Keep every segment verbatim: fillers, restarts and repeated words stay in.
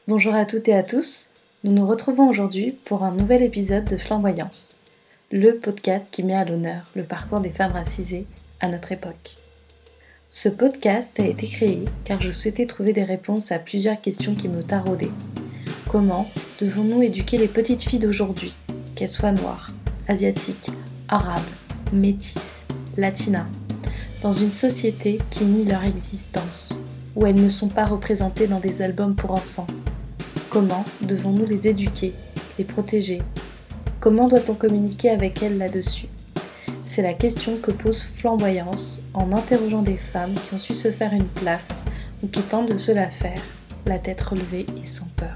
Bonjour à toutes et à tous, nous nous retrouvons aujourd'hui pour un nouvel épisode de Flamboyance, le podcast qui met à l'honneur le parcours des femmes racisées à notre époque. Ce podcast a été créé car je souhaitais trouver des réponses à plusieurs questions qui me taraudaient. Comment devons-nous éduquer les petites filles d'aujourd'hui, qu'elles soient noires, asiatiques, arabes, métisses, latinas, dans une société qui nie leur existence, où elles ne sont pas représentées dans des albums pour enfants? Comment devons-nous les éduquer, les protéger? Comment doit-on communiquer avec elles là-dessus? C'est la question que pose Flamboyance en interrogeant des femmes qui ont su se faire une place ou qui tentent de se la faire, la tête relevée et sans peur.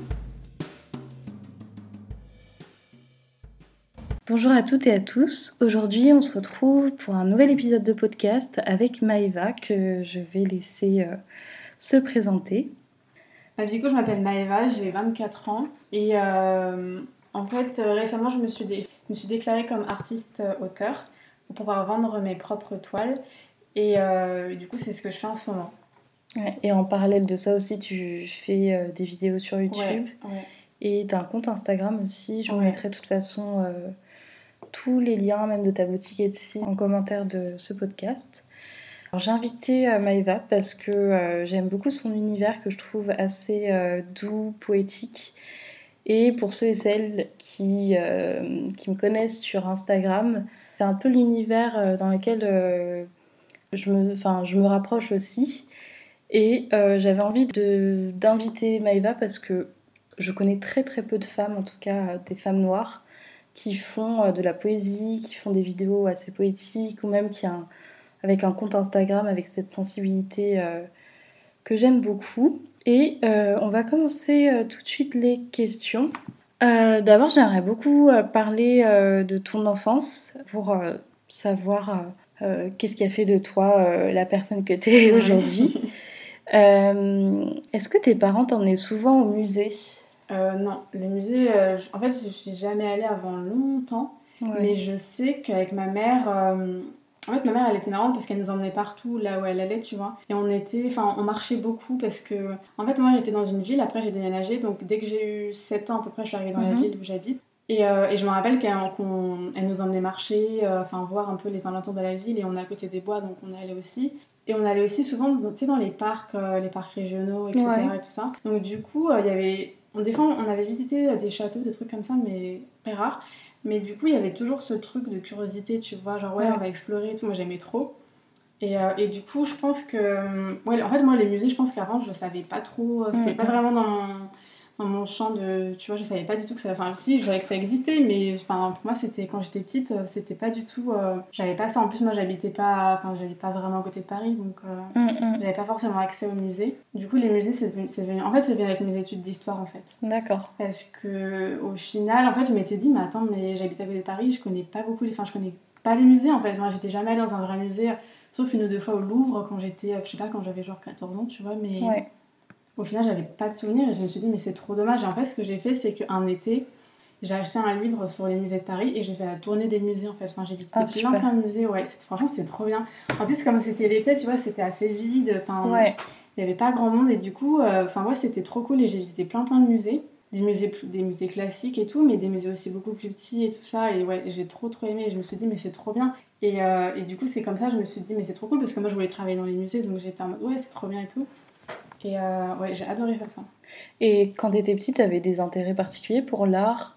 Bonjour à toutes et à tous, aujourd'hui on se retrouve pour un nouvel épisode de podcast avec Maëva que je vais laisser euh, se présenter. Bah, du coup, je m'appelle Maëva, j'ai vingt-quatre ans et euh, en fait, euh, récemment, je me suis, dé- je me suis déclarée comme artiste-auteur pour pouvoir vendre mes propres toiles et euh, du coup, c'est ce que je fais en ce moment. Ouais, et en parallèle de ça aussi, tu fais euh, des vidéos sur YouTube Ouais, ouais. et tu as un compte Instagram aussi. Je vous Ouais. mettrai de toute façon euh, tous les liens, même de ta boutique Etsy, en commentaire de ce podcast. Alors, j'ai invité euh, Maëva parce que euh, j'aime beaucoup son univers que je trouve assez euh, doux, poétique. Et pour ceux et celles qui, euh, qui me connaissent sur Instagram, c'est un peu l'univers euh, dans lequel euh, je, me, enfin, je me rapproche aussi. Et euh, j'avais envie de, d'inviter Maëva parce que je connais très très peu de femmes, en tout cas des femmes noires, qui font euh, de la poésie, qui font des vidéos assez poétiques ou même qui a un, avec un compte Instagram avec cette sensibilité euh, que j'aime beaucoup. Et euh, on va commencer euh, tout de suite les questions. Euh, d'abord, j'aimerais beaucoup euh, parler euh, de ton enfance pour euh, savoir euh, euh, qu'est-ce qui a fait de toi euh, la personne que tu es aujourd'hui. Euh, est-ce que tes parents t'emmenaient souvent au musée? Euh, non, les musées, euh, je- en fait, je suis jamais allée avant longtemps, Ouais. mais je sais qu'avec ma mère, euh, en fait, ma mère, elle était marrante parce qu'elle nous emmenait partout là où elle allait, tu vois. Et on était, enfin, on marchait beaucoup parce que, en fait, moi, j'étais dans une ville, après, j'ai déménagé, donc dès que j'ai eu sept ans à peu près, je suis arrivée dans la Mhm. ville où j'habite. Et, euh, et je me rappelle qu'elle qu'on- elle nous emmenait marcher, euh, enfin, voir un peu les alentours de la ville, et on est à côté des bois, donc on allait aussi. Et on allait aussi souvent, tu sais, dans les parcs, euh, les parcs régionaux, et cetera. Ouais. Et tout ça. Donc du coup, euh, il y avait... On, des fois, on avait visité des châteaux, des trucs comme ça, mais très rares. Mais du coup, il y avait toujours ce truc de curiosité, tu vois, genre ouais, Ouais. on va explorer et tout. Moi, j'aimais trop. Et, euh, et du coup, je pense que... Ouais, en fait, moi, les musées, je pense qu'avant, je savais pas trop... euh, C'était Mm, pas mm. vraiment dans mon, dans mon champ de... Tu vois, je savais pas du tout que ça... Enfin, si, je savais que ça existait, mais enfin, pour moi, c'était... Quand j'étais petite, euh, c'était pas du tout... euh, J'avais pas ça. En plus, moi, j'habitais pas... Enfin, j'avais pas vraiment à côté de Paris, donc... euh, Mm, mm. J'avais pas forcément accès au musée. Du coup, les musées, c'est venu, c'est venu... En fait, c'est venu avec mes études d'histoire, en fait. D'accord. Parce que au final, en fait, je m'étais dit, mais attends, mais j'habite à côté de Paris, je connais pas beaucoup les... Enfin, je connais pas les musées, en fait. Moi, j'étais jamais allée dans un vrai musée, sauf une ou deux fois au Louvre, quand j'étais... Je sais pas, quand j'avais genre quatorze ans, tu vois, mais... Ouais. Au final, j'avais pas de souvenirs et je me suis dit, mais c'est trop dommage. Et en fait, ce que j'ai fait, c'est qu'un été, j'ai acheté un livre sur les musées de Paris et j'ai fait la tournée des musées, en fait. Enfin, j'ai visité Ah, plein, super. plein de musées. Ouais, c'était- franchement, c'était trop bien. En plus, comme c'était l'été, tu vois, c'était assez vide. Enfin, Ouais. il y avait pas grand monde et du coup, euh, enfin, ouais, c'était trop cool et j'ai visité plein, plein de musées. Des musées, plus- des musées classiques et tout, mais des musées aussi beaucoup plus petits et tout ça. Et ouais, j'ai trop, trop aimé. Et je me suis dit, mais c'est trop bien. Et, euh, et du coup, c'est comme ça, je me suis dit, mais c'est trop cool parce que moi, je voulais travailler dans les musées, donc j'étais en mode, ouais, c'est trop bien et tout. Et euh, ouais, j'ai adoré faire ça. Et quand t'étais petite, t'avais des intérêts particuliers pour l'art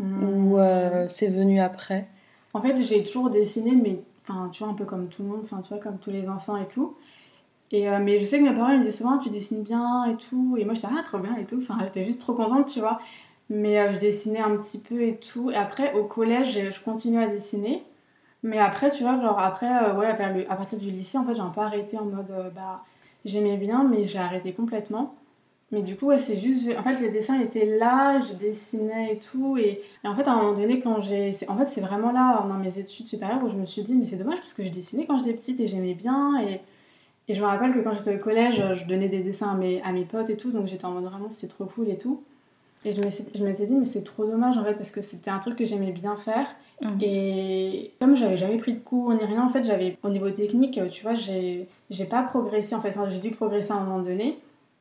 ou euh, c'est venu après? En fait, j'ai toujours dessiné, mais enfin, tu vois, un peu comme tout le monde, enfin, tu vois, comme tous les enfants et tout. Et, euh, mais je sais que mes parents ils me disaient souvent, tu dessines bien et tout. Et moi, j'étais, ah, trop bien et tout. Enfin, j'étais juste trop contente, tu vois. Mais euh, je dessinais un petit peu et tout. Et après, au collège, je continuais à dessiner. Mais après, tu vois, genre, après, euh, ouais, vers le- à partir du lycée, en fait, j'ai un peu arrêté en mode, euh, bah, j'aimais bien, mais j'ai arrêté complètement. Mais du coup, ouais, c'est juste. En fait, le dessin était là, je dessinais et tout. Et, et en fait, à un moment donné, quand j'ai. c'est- En fait, c'est vraiment là, dans mes études supérieures, où je me suis dit, mais c'est dommage parce que je dessinais quand j'étais petite et j'aimais bien. Et, et je me rappelle que quand j'étais au collège, je donnais des dessins à mes, à mes potes et tout. Donc j'étais en mode vraiment, c'était trop cool et tout. Et je m'étais je m'étais dit, mais c'est trop dommage en fait, parce que c'était un truc que j'aimais bien faire. Mhm. Et comme j'avais jamais pris de cours ni rien, en fait, j'avais. Au niveau technique, tu vois, j'ai j'ai pas progressé en fait. Enfin, j'ai dû progresser à un moment donné.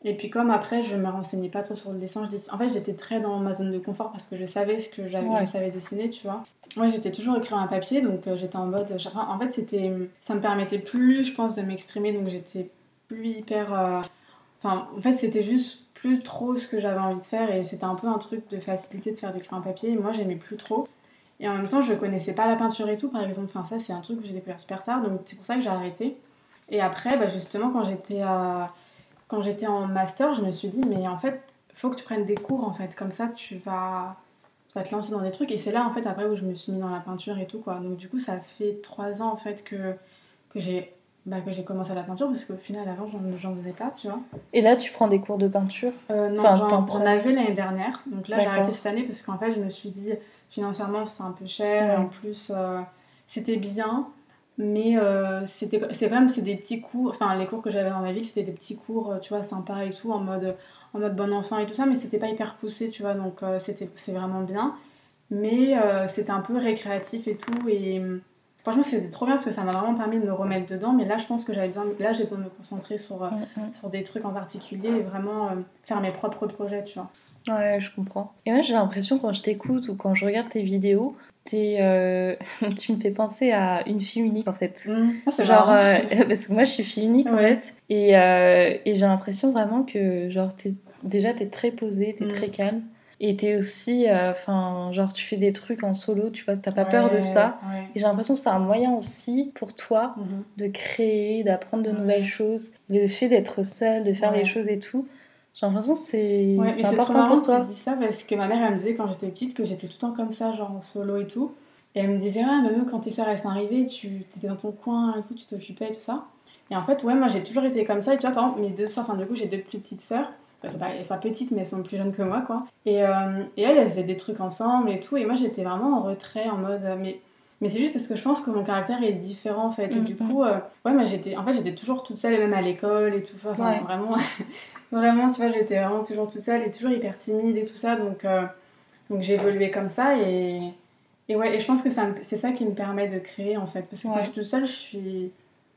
Et puis comme après, je me renseignais pas trop sur le dessin, je dis... en fait, j'étais très dans ma zone de confort parce que je savais ce que j'avais, Ouais. je savais dessiner, tu vois. Moi, j'étais toujours écrire un papier, donc euh, j'étais en mode... Enfin, en fait, c'était... ça me permettait plus, je pense, de m'exprimer, donc j'étais plus hyper... euh, Enfin, en fait, c'était juste plus trop ce que j'avais envie de faire et c'était un peu un truc de facilité de faire d'écrire un papier. Et moi, j'aimais plus trop. Et en même temps, je connaissais pas la peinture et tout, par exemple. Enfin, ça, c'est un truc que j'ai découvert super tard, donc c'est pour ça que j'ai arrêté. Et après, bah, justement, quand j'étais, à... quand j'étais en master, je me suis dit, mais en fait, faut que tu prennes des cours, en fait. Comme ça, tu vas... tu vas te lancer dans des trucs. Et c'est là, en fait, après, où je me suis mis dans la peinture et tout, quoi. Donc, du coup, ça fait trois ans, en fait, que, que j'ai... Bah, que j'ai commencé la peinture parce qu'au final avant j'en, j'en faisais pas, tu vois. Et là, tu prends des cours de peinture? Euh, non, Enfin, j'en, t'en j'en prends. avais l'année dernière, donc là j'ai D'accord. arrêté cette année parce qu'en fait je me suis dit financièrement c'est un peu cher et Ouais. en plus euh, c'était bien, mais euh, c'était, c'est quand même c'est des petits cours, enfin les cours que j'avais dans ma vie c'était des petits cours, euh, tu vois, sympas et tout, en mode, en mode bon enfant et tout ça, mais c'était pas hyper poussé, tu vois, donc euh, c'était, c'est vraiment bien, mais euh, c'était un peu récréatif et tout, et euh, franchement c'était trop bien parce que ça m'a vraiment permis de me remettre dedans, mais là je pense que j'avais besoin, là j'ai besoin de me concentrer sur, euh, Mm, mm. sur des trucs en particulier et vraiment euh, faire mes propres projets, tu vois. Ouais, je comprends. Et moi, j'ai l'impression quand je t'écoute ou quand je regarde tes vidéos, t'es, euh, tu me fais penser à une fille unique en fait. Mmh. Ah, c'est Genre, marrant. euh, parce que moi, je suis fille unique en Ouais. fait. Et, euh, et j'ai l'impression vraiment que, genre, t'es, déjà, t'es très posée, t'es Mm. très calme. Et t'es aussi, enfin, genre, tu fais des trucs en solo, tu vois, t'as pas peur de Ouais, ça. ouais. Et j'ai l'impression que c'est un moyen aussi pour toi Mhm. de créer, d'apprendre de Ouais. nouvelles choses. Le fait d'être seule, de faire Ouais. les choses et tout, j'ai l'impression que c'est, Ouais, c'est mais c'est trop important marrant pour que tu toi. dis ça parce que ma mère elle me disait quand j'étais petite que j'étais tout le temps comme ça, genre en solo et tout. Et elle me disait, ah, mais même quand tes soeurs elles sont arrivées, tu étais dans ton coin et tout, tu t'occupais et tout ça. Et en fait, ouais, moi j'ai toujours été comme ça. Et tu vois, par exemple, mes deux soeurs, enfin, du coup, j'ai deux plus petites soeurs. Elles sont, pas, elles sont petites, mais elles sont plus jeunes que moi, quoi. Et, euh, et elles, elles faisaient des trucs ensemble et tout. Et moi, j'étais vraiment en retrait, en mode. euh, Mais, mais c'est juste parce que je pense que mon caractère est différent, en fait. Et Mm, du mm. coup, euh, ouais, moi, j'étais. En fait, j'étais toujours toute seule, et même à l'école et tout ça. Enfin, Ouais. vraiment. Vraiment, tu vois, j'étais vraiment toujours toute seule et toujours hyper timide et tout ça. Donc, euh, donc j'ai évolué comme ça. Et, et ouais, et je pense que ça me- c'est ça qui me permet de créer, en fait. Parce que quand Ouais. je suis toute seule, je suis.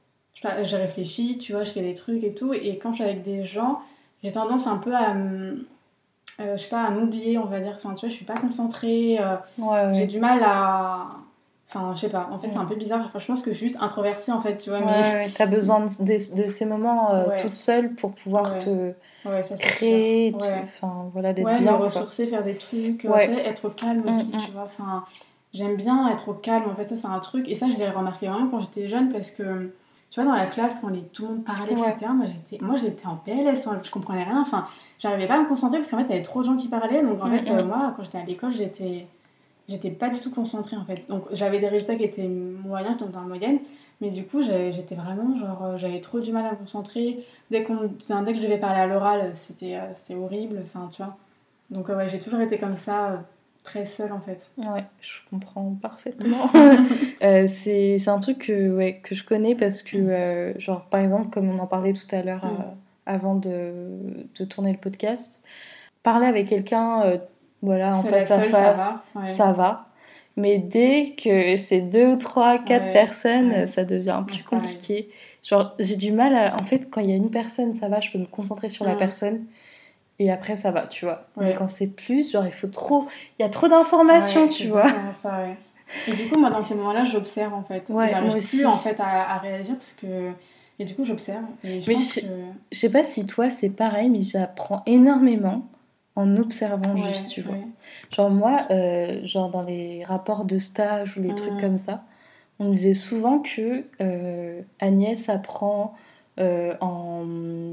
Je, je réfléchis, tu vois, je fais des trucs et tout. Et quand je suis avec des gens, j'ai tendance un peu à. m- euh, je sais pas, à m'oublier, on va dire. Enfin, tu vois, je suis pas concentrée. euh, Ouais, ouais. j'ai du mal à. Enfin, je sais pas. En fait, c'est Mm. un peu bizarre. Enfin, je pense que je suis juste introvertie, en fait, tu vois. Ouais, Mais. ouais, t'as besoin de, de- de ces moments euh, Ouais. toute seule pour pouvoir Ouais. te Ouais, ça c'est sûr. créer, te- Ouais. enfin voilà, d'être Ouais, me bien quoi. ressourcer, faire des trucs, euh, Ouais. tu sais, être au calme Mm, aussi, mm. tu vois. Enfin, j'aime bien être au calme, en fait, ça c'est un truc. Et ça, je l'ai remarqué vraiment quand j'étais jeune parce que, tu vois, dans la classe, quand les, tout le monde parlait, Ouais. et cetera, moi j'étais, moi j'étais en P L S, hein, je comprenais rien. Enfin, j'arrivais pas à me concentrer parce qu'en fait, il y avait trop de gens qui parlaient. Donc en Mm, fait, euh, mm. moi, quand j'étais à l'école, j'étais. J'étais pas du tout concentrée en fait. Donc j'avais des résultats qui étaient moyens, dans la moyenne, mais du coup j'avais- j'étais vraiment genre euh, j'avais trop du mal à me concentrer. Dès, qu'on, enfin, dès que je devais parler à l'oral, c'était euh, c'est horrible, enfin tu vois. Donc euh, ouais, j'ai toujours été comme ça, euh, très seule en fait. Ouais, je comprends parfaitement. Euh, c'est, c'est un truc que, ouais, que je connais parce que, euh, genre, par exemple, comme on en parlait tout à l'heure euh, Mm. avant de, de tourner le podcast, parler avec quelqu'un, euh, voilà, en Seule à face à seule, ça face, va. Ouais. ça va. Mais dès que c'est deux ou trois, quatre Ouais, personnes, ouais. ça devient Ouais, plus c'est pareil. compliqué. Genre, j'ai du mal à... En fait, quand il y a une personne, ça va, je peux me concentrer sur la Mm. personne. Et après, ça va, tu vois. Ouais. Mais quand c'est plus, genre, il faut trop... Il y a trop d'informations, Ouais, tu c'est vois. exactement ça, ouais. Et du coup, moi, dans ces moments-là, j'observe en fait. Ouais, J'arrive moi plus aussi. en fait à, à réagir parce que. Et du coup, j'observe. Et je Mais pense je, que. je sais pas si toi, c'est pareil, mais j'apprends énormément en observant Ouais, juste, tu vois. ouais. Genre, moi, euh, genre dans les rapports de stage ou les trucs Mm. comme ça, on disait souvent que euh, Agnès apprend euh, en,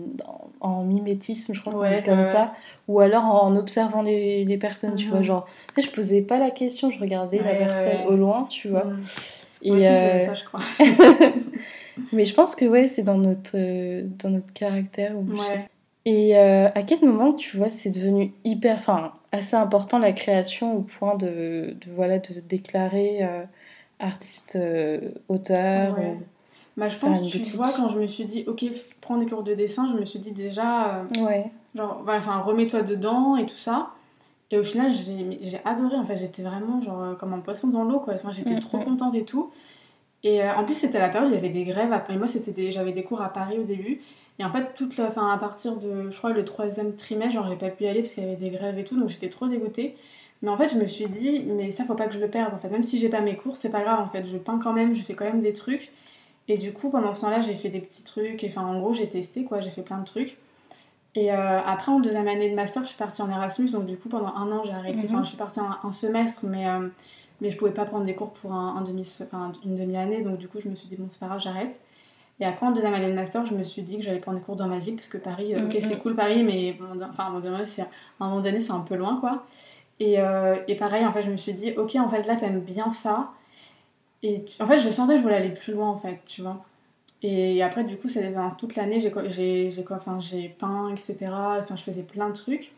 en, en mimétisme, je crois qu'on Ouais, dit comme ouais, ça, ou alors en observant les, les personnes, tu vois. Mhm. Genre, en fait, je posais pas la question, je regardais la Ouais, personne ouais. au loin, tu vois. Mm. Et, Moi aussi, je faisais euh, ça, je crois. mais je pense que ouais, c'est dans notre, euh, dans notre caractère. Ou je sais Ouais. pas. Et euh, à quel moment, tu vois, c'est devenu hyper, enfin, assez important la création au point de, de voilà, de déclarer euh, artiste, euh, auteur Ouais. ou Bah, je faire pense, une tu vois, boutique. quand je me suis dit, ok, f- prends des cours de dessin, je me suis dit déjà, euh, Ouais. genre, voilà, enfin, remets-toi dedans et tout ça. Et au final, j'ai j'ai adoré, en fait, j'étais vraiment, genre, euh, comme un poisson dans l'eau, quoi. Enfin, j'étais Mm, trop mm. contente et tout. Et euh, en plus, c'était la période où il y avait des grèves. À... Et moi, c'était des... j'avais des cours à Paris au début. Et en fait, toute la... enfin, à partir de, je crois, le troisième trimestre, genre, j'ai pas pu y aller parce qu'il y avait des grèves et tout. Donc, j'étais trop dégoûtée. Mais en fait, je me suis dit, mais ça, faut pas que je le perde. En fait, même si j'ai pas mes cours, c'est pas grave. En fait, je peins quand même, je fais quand même des trucs. Et du coup, pendant ce temps-là, j'ai fait des petits trucs. Et enfin, en gros, j'ai testé, quoi. J'ai fait plein de trucs. Et euh, après, en deuxième année de master, je suis partie en Erasmus. Donc, du coup, pendant un an, j'ai arrêté. Enfin, Mhm. je suis partie un, un semestre, mais, euh, mais je pouvais pas prendre des cours pour un, un demi, enfin, une demi-année. Donc, du coup, je me suis dit, bon, c'est pas grave, j'arrête. Et après, en deuxième année de master, je me suis dit que j'allais prendre des cours dans ma ville. Parce que Paris, euh, ok, c'est Mhm. cool Paris, mais bon, enfin, à un moment donné, c'est, à un moment donné, c'est un peu loin, quoi. Et, euh, et pareil, en fait, je me suis dit, ok, en fait, là, t'aimes bien ça. Et tu... en fait, je sentais que je voulais aller plus loin, en fait, tu vois. Et après, du coup, c'est, enfin, toute l'année, j'ai, j'ai, j'ai, quoi, enfin, j'ai peint, et cetera. Enfin, je faisais plein de trucs.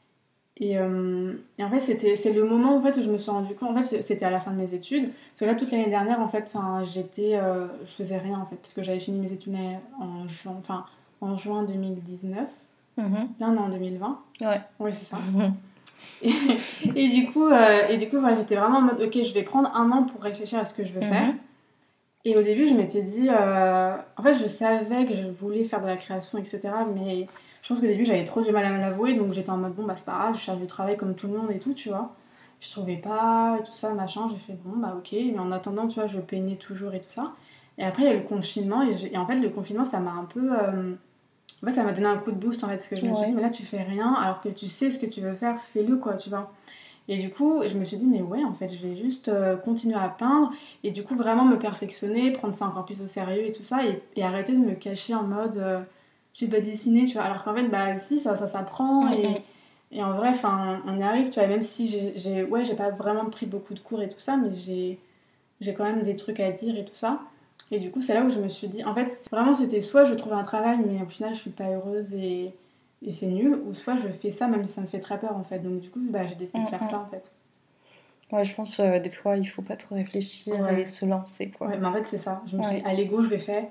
Et, euh, et en fait, c'était, c'est le moment en fait, où je me suis rendu compte. En fait, c'était à la fin de mes études. Parce que là, toute l'année dernière, en fait, hein, j'étais, euh, je faisais rien, en fait. Parce que j'avais fini mes études en juin, enfin, en juin deux mille dix-neuf. Mhm. Là, on est en deux mille vingt. Ouais. Ouais, c'est ça. Et, et du coup, euh, et du coup voilà, j'étais vraiment en mode, ok, je vais prendre un an pour réfléchir à ce que je veux faire. Mhm. Et au début, je m'étais dit, euh, en fait, je savais que je voulais faire de la création, et cetera. Mais je pense qu'au début, j'avais trop du mal à me l'avouer, donc j'étais en mode, bon, bah c'est pas grave, je cherche du travail comme tout le monde et tout, tu vois. Je trouvais pas, et tout ça, machin, j'ai fait, bon, bah ok, mais en attendant, tu vois, je peignais toujours et tout ça. Et après, il y a eu le confinement, et, j'ai- et en fait, le confinement, ça m'a un peu... euh, En fait, ça m'a donné un coup de boost, en fait, parce que je me suis Ouais. dit, mais là, tu fais rien, alors que tu sais ce que tu veux faire, fais-le, quoi, tu vois. Et du coup, je me suis dit, mais ouais, en fait, je vais juste euh, continuer à peindre et du coup, vraiment me perfectionner, prendre ça encore plus au sérieux et tout ça, et, et arrêter de me cacher en mode euh, j'ai pas dessiné, tu vois. Alors qu'en fait, bah si, ça, ça s'apprend Mhm. et, et en vrai, enfin, on y arrive, tu vois. Même si j'ai, j'ai, ouais, j'ai pas vraiment pris beaucoup de cours et tout ça, mais j'ai, j'ai quand même des trucs à dire et tout ça. Et du coup, c'est là où je me suis dit, en fait, vraiment, c'était soit je trouve un travail, mais au final, je suis pas heureuse et, et c'est nul, ou soit je fais ça, même si ça me fait très peur, en fait. Donc, du coup, bah, j'ai décidé de faire Mhm. ça, en fait. Ouais, je pense euh, des fois, il faut pas trop réfléchir et Ouais, se lancer, quoi. ouais, mais en fait, c'est ça. Je me suis dit, Ouais. allez, go, je l'ai fait.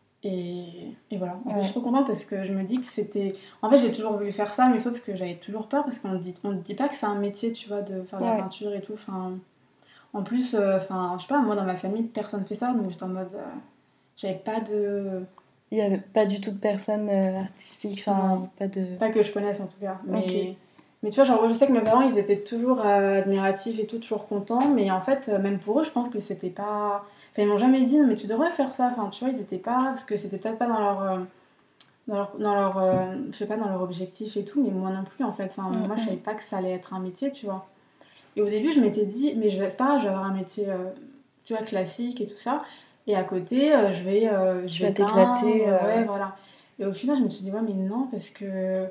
Et, et voilà. En fait, je suis Ouais. trop contente parce que je me dis que c'était. En fait, j'ai toujours voulu faire ça, mais sauf que j'avais toujours peur parce qu'on ne dit, on ne dit pas que c'est un métier, tu vois, de faire de la Ouais. peinture et tout. Enfin, en plus, euh, enfin, je sais pas, moi dans ma famille, personne fait ça, donc j'étais en mode. euh, j'avais pas de. Il y a pas du tout de personne euh, artistique, enfin, il y Non, a pas de... pas que je connaisse en tout cas. Ok. Mais, mais tu vois, genre, moi, je sais que mes parents, ils étaient toujours euh, admiratifs et tout, toujours contents. Mais en fait, euh, même pour eux, je pense que c'était pas. Enfin, ils m'ont jamais dit, mais tu devrais faire ça. Enfin, tu vois, ils étaient pas. Parce que c'était peut-être pas dans leur. euh, dans leur, dans leur euh, je sais pas, dans leur objectif et tout, mais moi non plus en fait. Enfin, moi, je savais Mhm. pas que ça allait être un métier, tu vois. Et au début, je m'étais dit, mais je vais, c'est pas grave, je vais avoir un métier, euh, tu vois, classique et tout ça. Et à côté, euh, je vais, euh, je Tu vais vas t'éclater. peindre, euh, ouais, voilà. Et au final, je me suis dit, ouais, mais non, parce que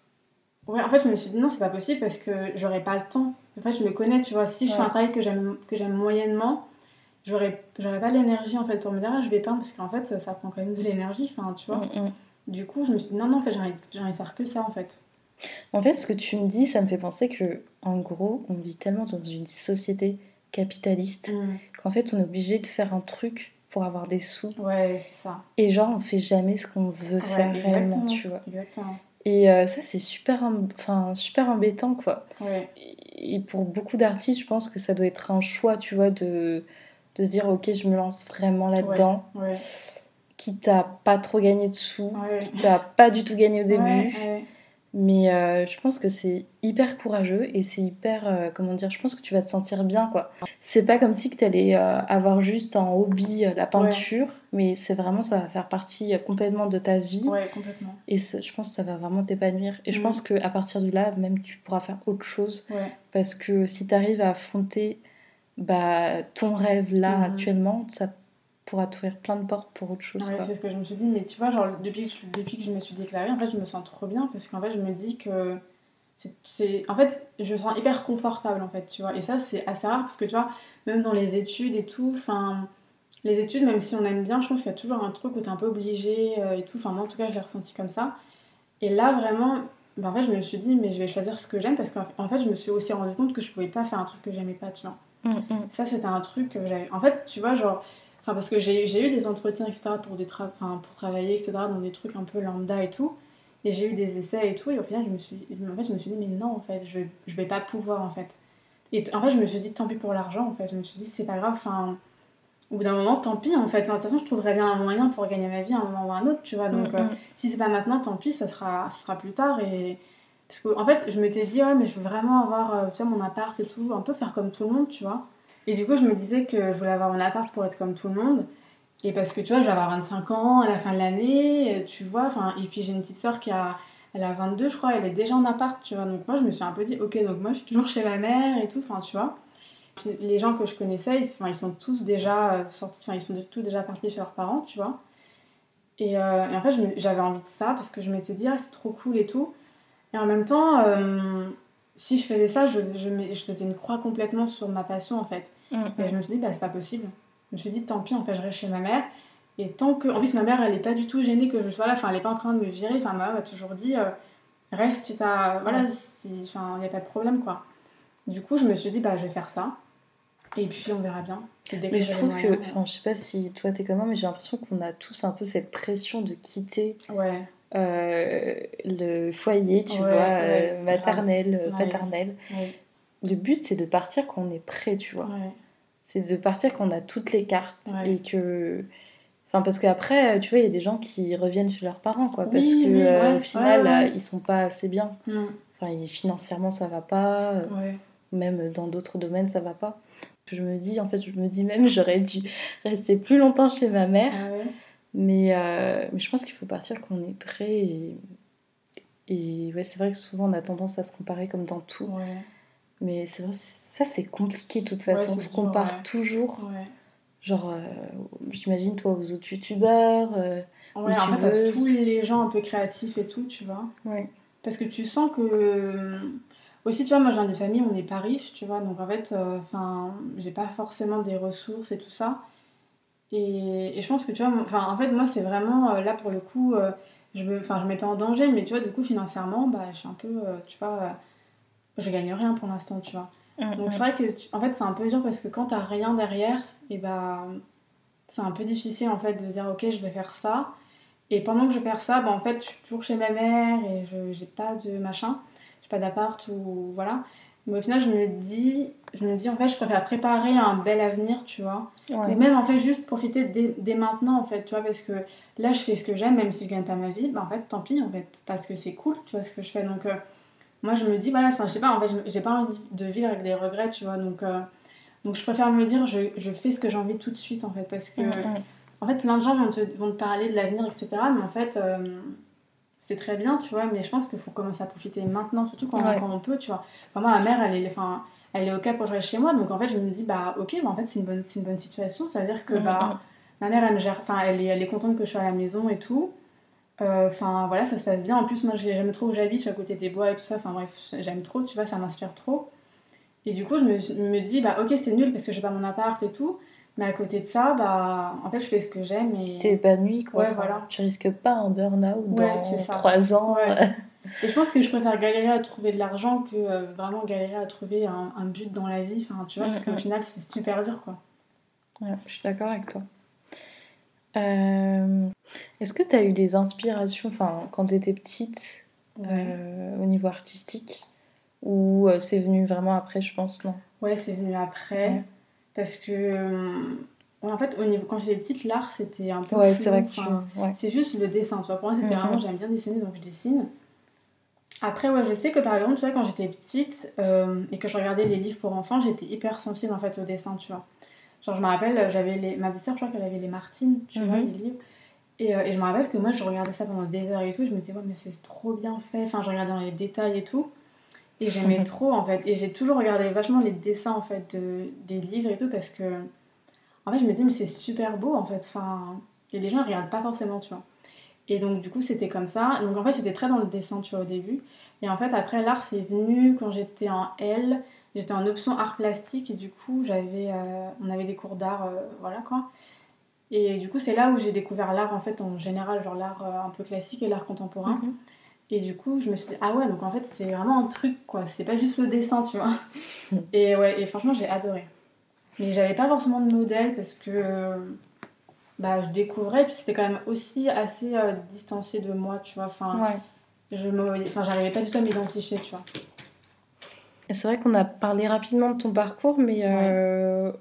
ouais, en fait, je me suis dit non, c'est pas possible parce que j'aurais pas le temps. En fait, je me connais, tu vois. Si je fais un Ouais. travail que j'aime, que j'aime moyennement, j'aurais, j'aurais pas l'énergie en fait pour me dire ah, je vais peindre parce qu'en fait, ça, ça prend quand même de l'énergie, enfin, tu vois. Mhm. Du coup, je me suis dit non, non, en fait, j'ai envie, j'ai envie de faire que ça en fait. En fait, ce que tu me dis, ça me fait penser que, en gros, on vit tellement dans une société capitaliste Mm. qu'en fait, on est obligé de faire un truc pour avoir des sous. Ouais, c'est ça. Et genre, on fait jamais ce qu'on veut faire Ouais, réellement, exactement. tu vois. Exactement. Et euh, ça, c'est super, em- enfin, super embêtant, quoi. Ouais, Et pour beaucoup d'artistes, je pense que ça doit être un choix, tu vois, de, de se dire, ok, je me lance vraiment ouais, là-dedans, ouais, quitte à pas trop gagner de sous, ouais, quitte à pas du tout gagner au ouais, début. ouais, Mais euh, je pense que c'est hyper courageux et c'est hyper, euh, comment dire, je pense que tu vas te sentir bien, quoi. C'est pas comme si que t'allais euh, avoir juste en hobby euh, la ouais, peinture, mais c'est vraiment, ça va faire partie euh, complètement de ta vie ouais, complètement. et ça- je pense que ça va vraiment t'épanouir. Et je Mm. pense qu'à partir de là, même tu pourras faire autre chose Ouais. parce que si t'arrives à affronter bah, ton rêve là Mhm. actuellement, ça pourra t'ouvrir plein de portes pour autre chose, Ouais, quoi. c'est ce que je me suis dit, mais tu vois, genre, depuis que, je, depuis que je me suis déclarée, en fait, je me sens trop bien parce qu'en fait, je me dis que c'est, c'est... En fait, je me sens hyper confortable, en fait, tu vois. Et ça, c'est assez rare parce que, tu vois, même dans les études et tout, enfin, les études, même si on aime bien, je pense qu'il y a toujours un truc où t'es un peu obligé euh, et tout. Enfin, moi, en tout cas, je l'ai ressenti comme ça. Et là, vraiment, ben, en fait, je me suis dit, mais je vais choisir ce que j'aime parce qu'en en fait, je me suis aussi rendu compte que je pouvais pas faire un truc que j'aimais pas, tu vois. Mm, mm. Ça, c'était un truc que j'avais. En fait, tu vois, genre. Enfin, parce que j'ai, j'ai eu des entretiens, et cetera, pour, des tra... enfin, pour travailler, et cetera, dans des trucs un peu lambda et tout. Et j'ai eu des essais et tout. Et au final, je me suis, en fait, je me suis dit, mais non, en fait, je, je vais pas pouvoir, en fait. Et t- en fait, je me suis dit, tant pis pour l'argent, en fait. Je me suis dit, c'est pas grave, enfin. au bout d'un moment, tant pis en fait. Enfin, de toute façon, je trouverais bien un moyen pour gagner ma vie à un moment ou à un autre, tu vois. Donc, Mm, euh, mm. si c'est pas maintenant, tant pis, ça sera, ça sera plus tard. Et... Parce que, en fait, je m'étais dit, ouais, mais je veux vraiment avoir, euh, tu vois, mon appart et tout, un peu faire comme tout le monde, tu vois. Et du coup, je me disais que je voulais avoir mon appart pour être comme tout le monde. Et parce que, tu vois, je vais avoir vingt-cinq ans à la fin de l'année, tu vois. Enfin, et puis, j'ai une petite sœur qui a, elle a vingt-deux, je crois, elle est déjà en appart, tu vois. Donc, moi, je me suis un peu dit, ok, donc moi, je suis toujours chez ma mère et tout, enfin, tu vois. Puis les gens que je connaissais, ils, enfin, ils sont tous déjà euh, sortis, enfin ils sont tous déjà partis chez leurs parents, tu vois. Et, euh, et en fait, je me- j'avais envie de ça parce que je m'étais dit, ah, c'est trop cool et tout. Et en même temps, euh, si je faisais ça, je, je, mets- je faisais une croix complètement sur ma passion en fait. Mm, Et mm. je me suis dit, bah c'est pas possible. Je me suis dit, tant pis, en fait, je reste chez ma mère. Et tant que. En plus, ma mère, elle est pas du tout gênée que je sois là, enfin, elle est pas en train de me virer. Enfin, ma mère m'a toujours dit, euh, reste si t'as. Voilà, Ouais. si. Enfin, il n'y a pas de problème quoi. Du coup, je me suis dit, bah je vais faire ça. Et puis on verra bien. Et dès que Mais je j'aurai les trouve que, moyens. enfin, je sais pas si toi t'es comme moi, mais j'ai l'impression qu'on a tous un peu cette pression de quitter euh, Ouais, euh, le foyer, tu ouais, vois, ouais, euh, grave. maternel, euh, Ouais, paternel. ouais, Le but, c'est de partir quand on est prêt, tu vois. ouais, C'est de partir quand on a toutes les cartes ouais. et que... Enfin, parce qu'après, tu vois, il y a des gens qui reviennent chez leurs parents, quoi, parce que Oui, oui, euh, au ouais, ouais, final, ouais, euh, ouais. ils sont pas assez bien. Mm, Enfin, et financièrement, ça va pas, euh, ouais. même dans d'autres domaines, ça va pas. Je me dis, en fait, je me dis même, j'aurais dû rester plus longtemps chez ma mère, Ah ouais. mais, euh, mais je pense qu'il faut partir quand on est prêt. Et, et ouais, c'est vrai que souvent, on a tendance à se comparer comme dans tout, Ouais, mais c'est vrai, ça, c'est compliqué de toute ouais, façon. On c'est se dur, compare ouais. toujours. Ouais. Genre, euh, j'imagine, toi, aux autres youtubeurs, euh, Ouais, en fait, à tous youtubeuses. les gens un peu créatifs et tout, tu vois. Ouais. Parce que tu sens que. euh, Aussi, tu vois, moi, j'ai une famille, on n'est pas riche, tu vois. Donc, en fait, enfin, j'ai pas forcément des ressources et tout ça. Et, et je pense que tu vois, enfin, en fait, moi, c'est vraiment euh, là pour le coup, euh, je me, enfin, je mets pas en danger, mais tu vois, du coup, financièrement, bah, je suis un peu, euh, tu vois, euh, je gagne rien pour l'instant, tu vois. Mm, Donc, c'est mm. vrai que, tu- en fait, c'est un peu dur parce que quand t'as rien derrière, et bah, c'est un peu difficile, en fait, de se dire, ok, je vais faire ça. Et pendant que je vais faire ça, bah, en fait, je suis toujours chez ma mère et je, j'ai pas de machin, j'ai pas d'appart ou voilà. Mais au final, je me dis, je me dis en fait, je préfère préparer un bel avenir, tu vois. Ou Ouais. même en fait, juste profiter dès, dès maintenant, en fait, tu vois, parce que là, je fais ce que j'aime, même si je gagne pas ma vie, bah en fait, tant pis, en fait, parce que c'est cool, tu vois, ce que je fais. Donc, euh, moi, je me dis, voilà, enfin, je sais pas, en fait, je- j'ai pas envie de vivre avec des regrets, tu vois. Donc, euh, donc je préfère me dire, je, je fais ce que j'ai envie tout de suite, en fait, parce que Mm, mm. en fait, plein de gens vont te, vont te parler de l'avenir, et cetera. Mais en fait, euh, c'est très bien, tu vois. Mais je pense qu'il faut commencer à profiter maintenant, surtout quand, Ouais. quand on peut, tu vois. Enfin, moi, ma mère, elle est, enfin, elle est OK pour que je reste chez moi. Donc en fait, je me dis, bah ok, bah, en fait, c'est une bonne, c'est une bonne situation. Ça veut dire que Mm, bah, mm. ma mère, elle me gère, enfin, elle est, elle est contente que je sois à la maison et tout. Euh, Enfin, voilà, ça se passe bien. En plus, moi, j'aime trop où j'habite, je suis à côté des bois et tout ça. Enfin, bref, j'aime trop, tu vois, ça m'inspire trop. Et du coup, je me, me dis, bah ok, c'est nul parce que j'ai pas mon appart et tout. Mais à côté de ça, bah, en fait, je fais ce que j'aime T'es et. épanouie, quoi. Ouais, Enfin, voilà. tu risques pas un burn-out Ouais, c'est dans ça. trois ans. Ouais. Et je pense que je préfère galérer à trouver de l'argent que euh, vraiment galérer à trouver un, un but dans la vie. Enfin, tu vois, Mm, parce qu'au mm. final, c'est super dur, quoi. Ouais, je suis d'accord avec toi. Euh, Est-ce que t'as eu des inspirations, enfin, quand t'étais petite, Ouais. euh, au niveau artistique, ou euh, c'est venu vraiment après, je pense, non? Ouais, c'est venu après. Ouais. Parce que. euh, ouais, en fait, au niveau, quand j'étais petite, l'art, c'était un peu Ouais, c'est flou. vrai que tu... Enfin, Ouais. c'est juste le dessin, tu vois. Pour moi, Mm, c'était vraiment, mm. j'aime bien dessiner, donc je dessine. Après, ouais, je sais que par exemple, tu vois, quand j'étais petite euh, et que je regardais les livres pour enfants, j'étais hyper sensible en fait au dessin, tu vois. Genre, je me rappelle, j'avais les... ma petite sœur, je crois qu'elle avait les Martines, tu vois, les Mhm. livres. Et, euh, et je me rappelle que moi, je regardais ça pendant des heures et tout. Je me disais, ouais, mais c'est trop bien fait. Enfin, je regardais dans les détails et tout. Et j'aimais trop, en fait. Et j'ai toujours regardé vachement les dessins, en fait, de... des livres et tout. Parce que, en fait, je me dis, mais c'est super beau, en fait. Enfin, et les gens, ils regardent pas forcément, tu vois. Et donc, du coup, c'était comme ça. Donc, en fait, c'était très dans le dessin, tu vois, au début. Et en fait, après, l'art, c'est venu quand j'étais en L. J'étais en option art plastique. Et du coup, j'avais, euh, on avait des cours d'art, euh, voilà, quoi. Et du coup, c'est là où j'ai découvert l'art en fait en général, genre l'art euh, un peu classique et l'art contemporain. Mhm. Et du coup, je me suis dit, ah ouais, donc en fait, c'est vraiment un truc quoi, c'est pas juste le dessin, tu vois. Et ouais, et franchement, j'ai adoré. Mais j'avais pas forcément de modèle parce que euh, bah, je découvrais, et puis c'était quand même aussi assez euh, distancié de moi, tu vois. Enfin, Ouais. je me... enfin, j'arrivais pas du tout à m'identifier, tu vois. Et c'est vrai qu'on a parlé rapidement de ton parcours, mais Ouais. euh,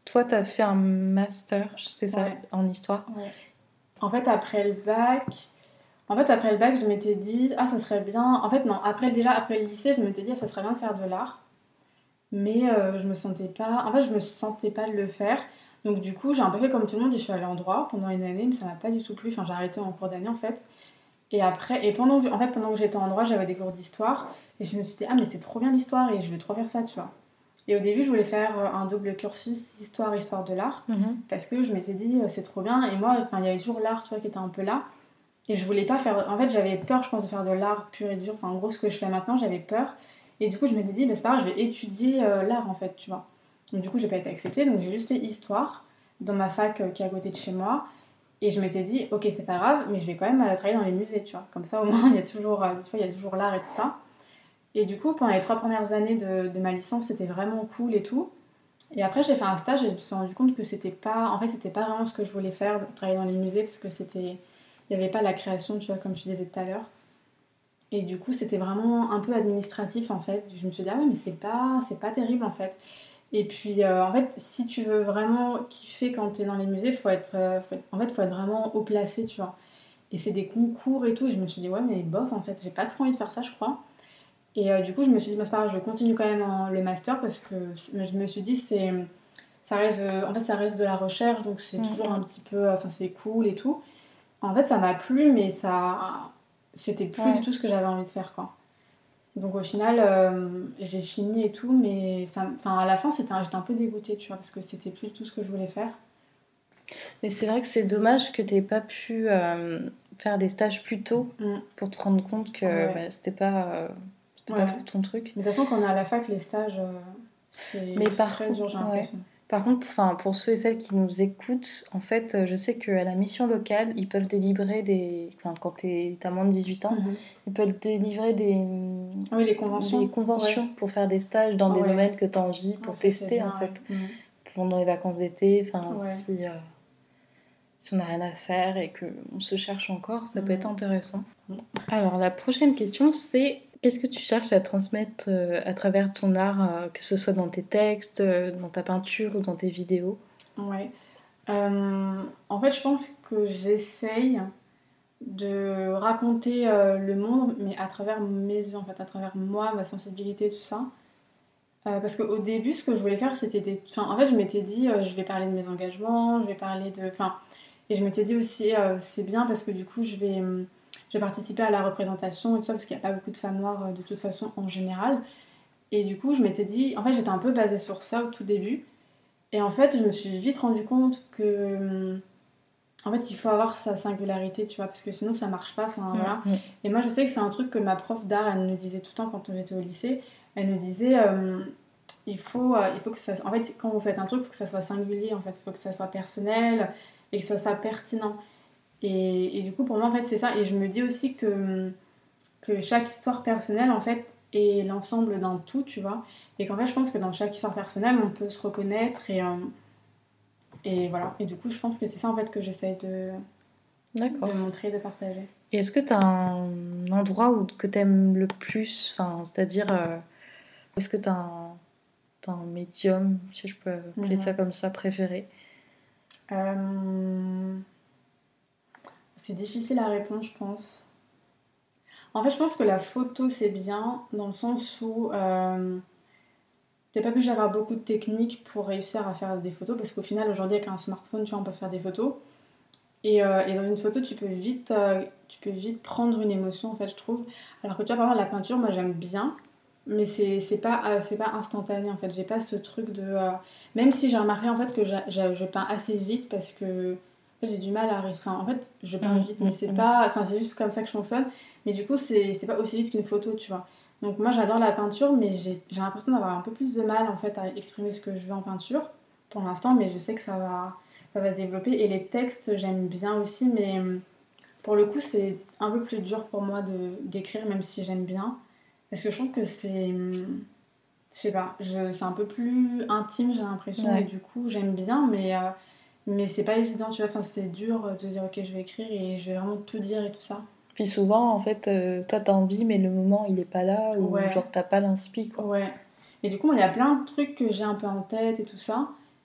toi, tu as fait un master, c'est ça, Ouais. en histoire. Ouais. En fait, après le bac, en fait, après le bac, je m'étais dit, ah, ça serait bien. En fait, non, après, déjà, après le lycée, je m'étais dit, ah, ça serait bien de faire de l'art. Mais euh, je me sentais pas. En fait, je me sentais pas de le faire. Donc, du coup, j'ai un peu fait comme tout le monde et je suis allée en droit pendant une année, mais ça m'a pas du tout plu. Enfin, j'ai arrêté en cours d'année, en fait. Et après, et pendant que, en fait, pendant que j'étais en droit, j'avais des cours d'histoire. Et je me suis dit, ah, mais c'est trop bien l'histoire et je vais trop faire ça, tu vois. Et au début, je voulais faire euh, un double cursus histoire, histoire de l'art. Mhm. Parce que je m'étais dit, euh, c'est trop bien. Et moi, enfin, il y avait toujours l'art, tu vois, qui était un peu là. Et je voulais pas faire. En fait, j'avais peur, je pense, de faire de l'art pur et dur. Enfin, en gros, ce que je fais maintenant, j'avais peur. Et du coup, je m'étais dit, bah, c'est pas grave, je vais étudier euh, l'art, en fait, tu vois. Donc, du coup, j'ai pas été acceptée. Donc, j'ai juste fait histoire dans ma fac euh, qui est à côté de chez moi. Et je m'étais dit, ok, c'est pas grave, mais je vais quand même euh, travailler dans les musées, tu vois. Comme ça, au moins, il y a toujours, euh, tu vois, il y a toujours l'art et tout ça. Et du coup, pendant les trois premières années de, de ma licence, c'était vraiment cool et tout. Et après, j'ai fait un stage et je me suis rendu compte que c'était pas. En fait, c'était pas vraiment ce que je voulais faire, travailler dans les musées, parce que c'était. Il n'y avait pas la création, tu vois, comme je disais tout à l'heure. Et du coup, c'était vraiment un peu administratif, en fait. Je me suis dit, ah ouais, mais c'est pas, c'est pas terrible, en fait. Et puis, euh, en fait, si tu veux vraiment kiffer quand t'es dans les musées, faut être, euh, faut être- en fait, faut être vraiment haut placé, tu vois. Et c'est des concours et tout. Et je me suis dit, ouais, mais bof, en fait, j'ai pas trop envie de faire ça, je crois. Et euh, du coup, je me suis dit, bah, c'est pas grave, je continue quand même en- le master parce que je me suis dit, c'est, ça reste, euh, en fait, ça reste de la recherche, donc c'est toujours un Mhm. petit peu, enfin, c'est cool et tout. En fait, ça m'a plu, mais ça, c'était plus du Ouais. tout ce que j'avais envie de faire, quoi. Donc au final, euh, j'ai fini et tout, mais ça, enfin, à la fin, c'était un- j'étais un peu dégoûtée, tu vois, parce que c'était plus du tout ce que je voulais faire. Mais c'est vrai que c'est dommage que tu pas pu euh, faire des stages plus tôt Mm. pour te rendre compte que Ouais. bah, c'était pas, euh, c'était pas Ouais. trop ton truc. Mais de toute façon, quand on est à la fac, les stages, euh, c'est Mais c'est par très dur, j'ai contre, ouais. l'impression. Par contre, enfin, pour ceux et celles qui nous écoutent, en fait, euh, je sais qu'à la mission locale, ils peuvent délivrer des. Enfin, quand tu as moins de dix-huit ans, Mhm. ils peuvent délivrer des, Ah oui, les des conventions. Ouais. conventions pour faire des stages dans des Ouais. domaines que tu as envie, Ah, pour ça, c'est tester, en bien, fait, ouais. Mm. pendant les vacances d'été. Enfin, Ouais. si, euh, si on n'a rien à faire et qu'on se cherche encore, ça peut être Mm. intéressant. Mm. Alors, la prochaine question, c'est qu'est-ce que tu cherches à transmettre euh, à travers ton art, euh, que ce soit dans tes textes, euh, dans ta peinture ou dans tes vidéos? Ouais. Euh, en fait, je pense que j'essaye de raconter euh, le monde, mais à travers mes yeux, en fait, à travers moi, ma sensibilité, tout ça. Euh, parce qu'au début, ce que je voulais faire, c'était des. Enfin, en fait, je m'étais dit, euh, je vais parler de mes engagements, je vais parler de. Enfin, et je m'étais dit aussi, euh, c'est bien parce que du coup, je vais, hum, je vais participer à la représentation et tout ça, parce qu'il n'y a pas beaucoup de femmes noires euh, de toute façon en général. Et du coup, je m'étais dit, en fait, j'étais un peu basée sur ça au tout début. Et en fait, je me suis vite rendu compte que. hum, En fait, il faut avoir sa singularité, tu vois, parce que sinon ça marche pas. Enfin, voilà. Mhm. Et moi, je sais que c'est un truc que ma prof d'art, elle nous disait tout le temps quand on était au lycée. Elle nous disait, euh, il faut, euh, il faut que ça. En fait, quand vous faites un truc, il faut que ça soit singulier. En fait, il faut que ça soit personnel et que ça soit pertinent. Et, et du coup, pour moi, en fait, c'est ça. Et je me dis aussi que que chaque histoire personnelle, en fait, est l'ensemble d'un tout, tu vois. Et qu'en fait, je pense que dans chaque histoire personnelle, on peut se reconnaître et euh, et voilà. Et du coup, je pense que c'est ça en fait que j'essaye de D'accord. de montrer, de partager. Et est-ce que tu as un endroit où, que tu aimes le plus, enfin, c'est-à-dire, euh, est-ce que tu as un, t'as un médium, si je peux appeler ça Mhm. comme ça, préféré? Euh, C'est difficile à répondre, je pense. En fait, je pense que la photo, c'est bien dans le sens où euh, t'es pas obligé d'avoir beaucoup de techniques pour réussir à faire des photos parce qu'au final, aujourd'hui, avec un smartphone, tu vois, on peut faire des photos. Et, euh, et dans une photo, tu peux vite, euh, tu peux vite prendre une émotion, en fait, je trouve. Alors que tu vois, par exemple, la peinture, moi, j'aime bien, mais c'est c'est pas, euh, c'est pas instantané, en fait. J'ai pas ce truc de... euh, Même si j'ai remarqué, en fait, que j'a- j'a- je peins assez vite parce que en fait, j'ai du mal à... Enfin, en fait, je peins Mm, vite, mais mm, c'est mm. pas... Enfin, c'est juste comme ça que je fonctionne. Mais du coup, c'est c'est pas aussi vite qu'une photo, tu vois. Donc moi, j'adore la peinture, mais j'ai j'ai l'impression d'avoir un peu plus de mal, en fait, à exprimer ce que je veux en peinture, pour l'instant, mais je sais que ça va ça va se développer. Et les textes, j'aime bien aussi, mais hum, pour le coup, c'est un peu plus dur pour moi de d'écrire, même si j'aime bien. Parce que je trouve que c'est. hum, Je sais pas, je, c'est un peu plus intime, j'ai l'impression, et Ouais. du coup, j'aime bien, mais, euh, mais c'est pas évident, tu vois. Enfin, c'est dur de dire, ok, je vais écrire et je vais vraiment tout dire et tout ça. Puis souvent, en fait, euh, toi, t'as envie, mais le moment, il est pas là, ou Ouais, genre, t'as pas l'inspi, quoi. ouais. Et du coup, il y a plein de trucs que j'ai un peu en tête et tout ça.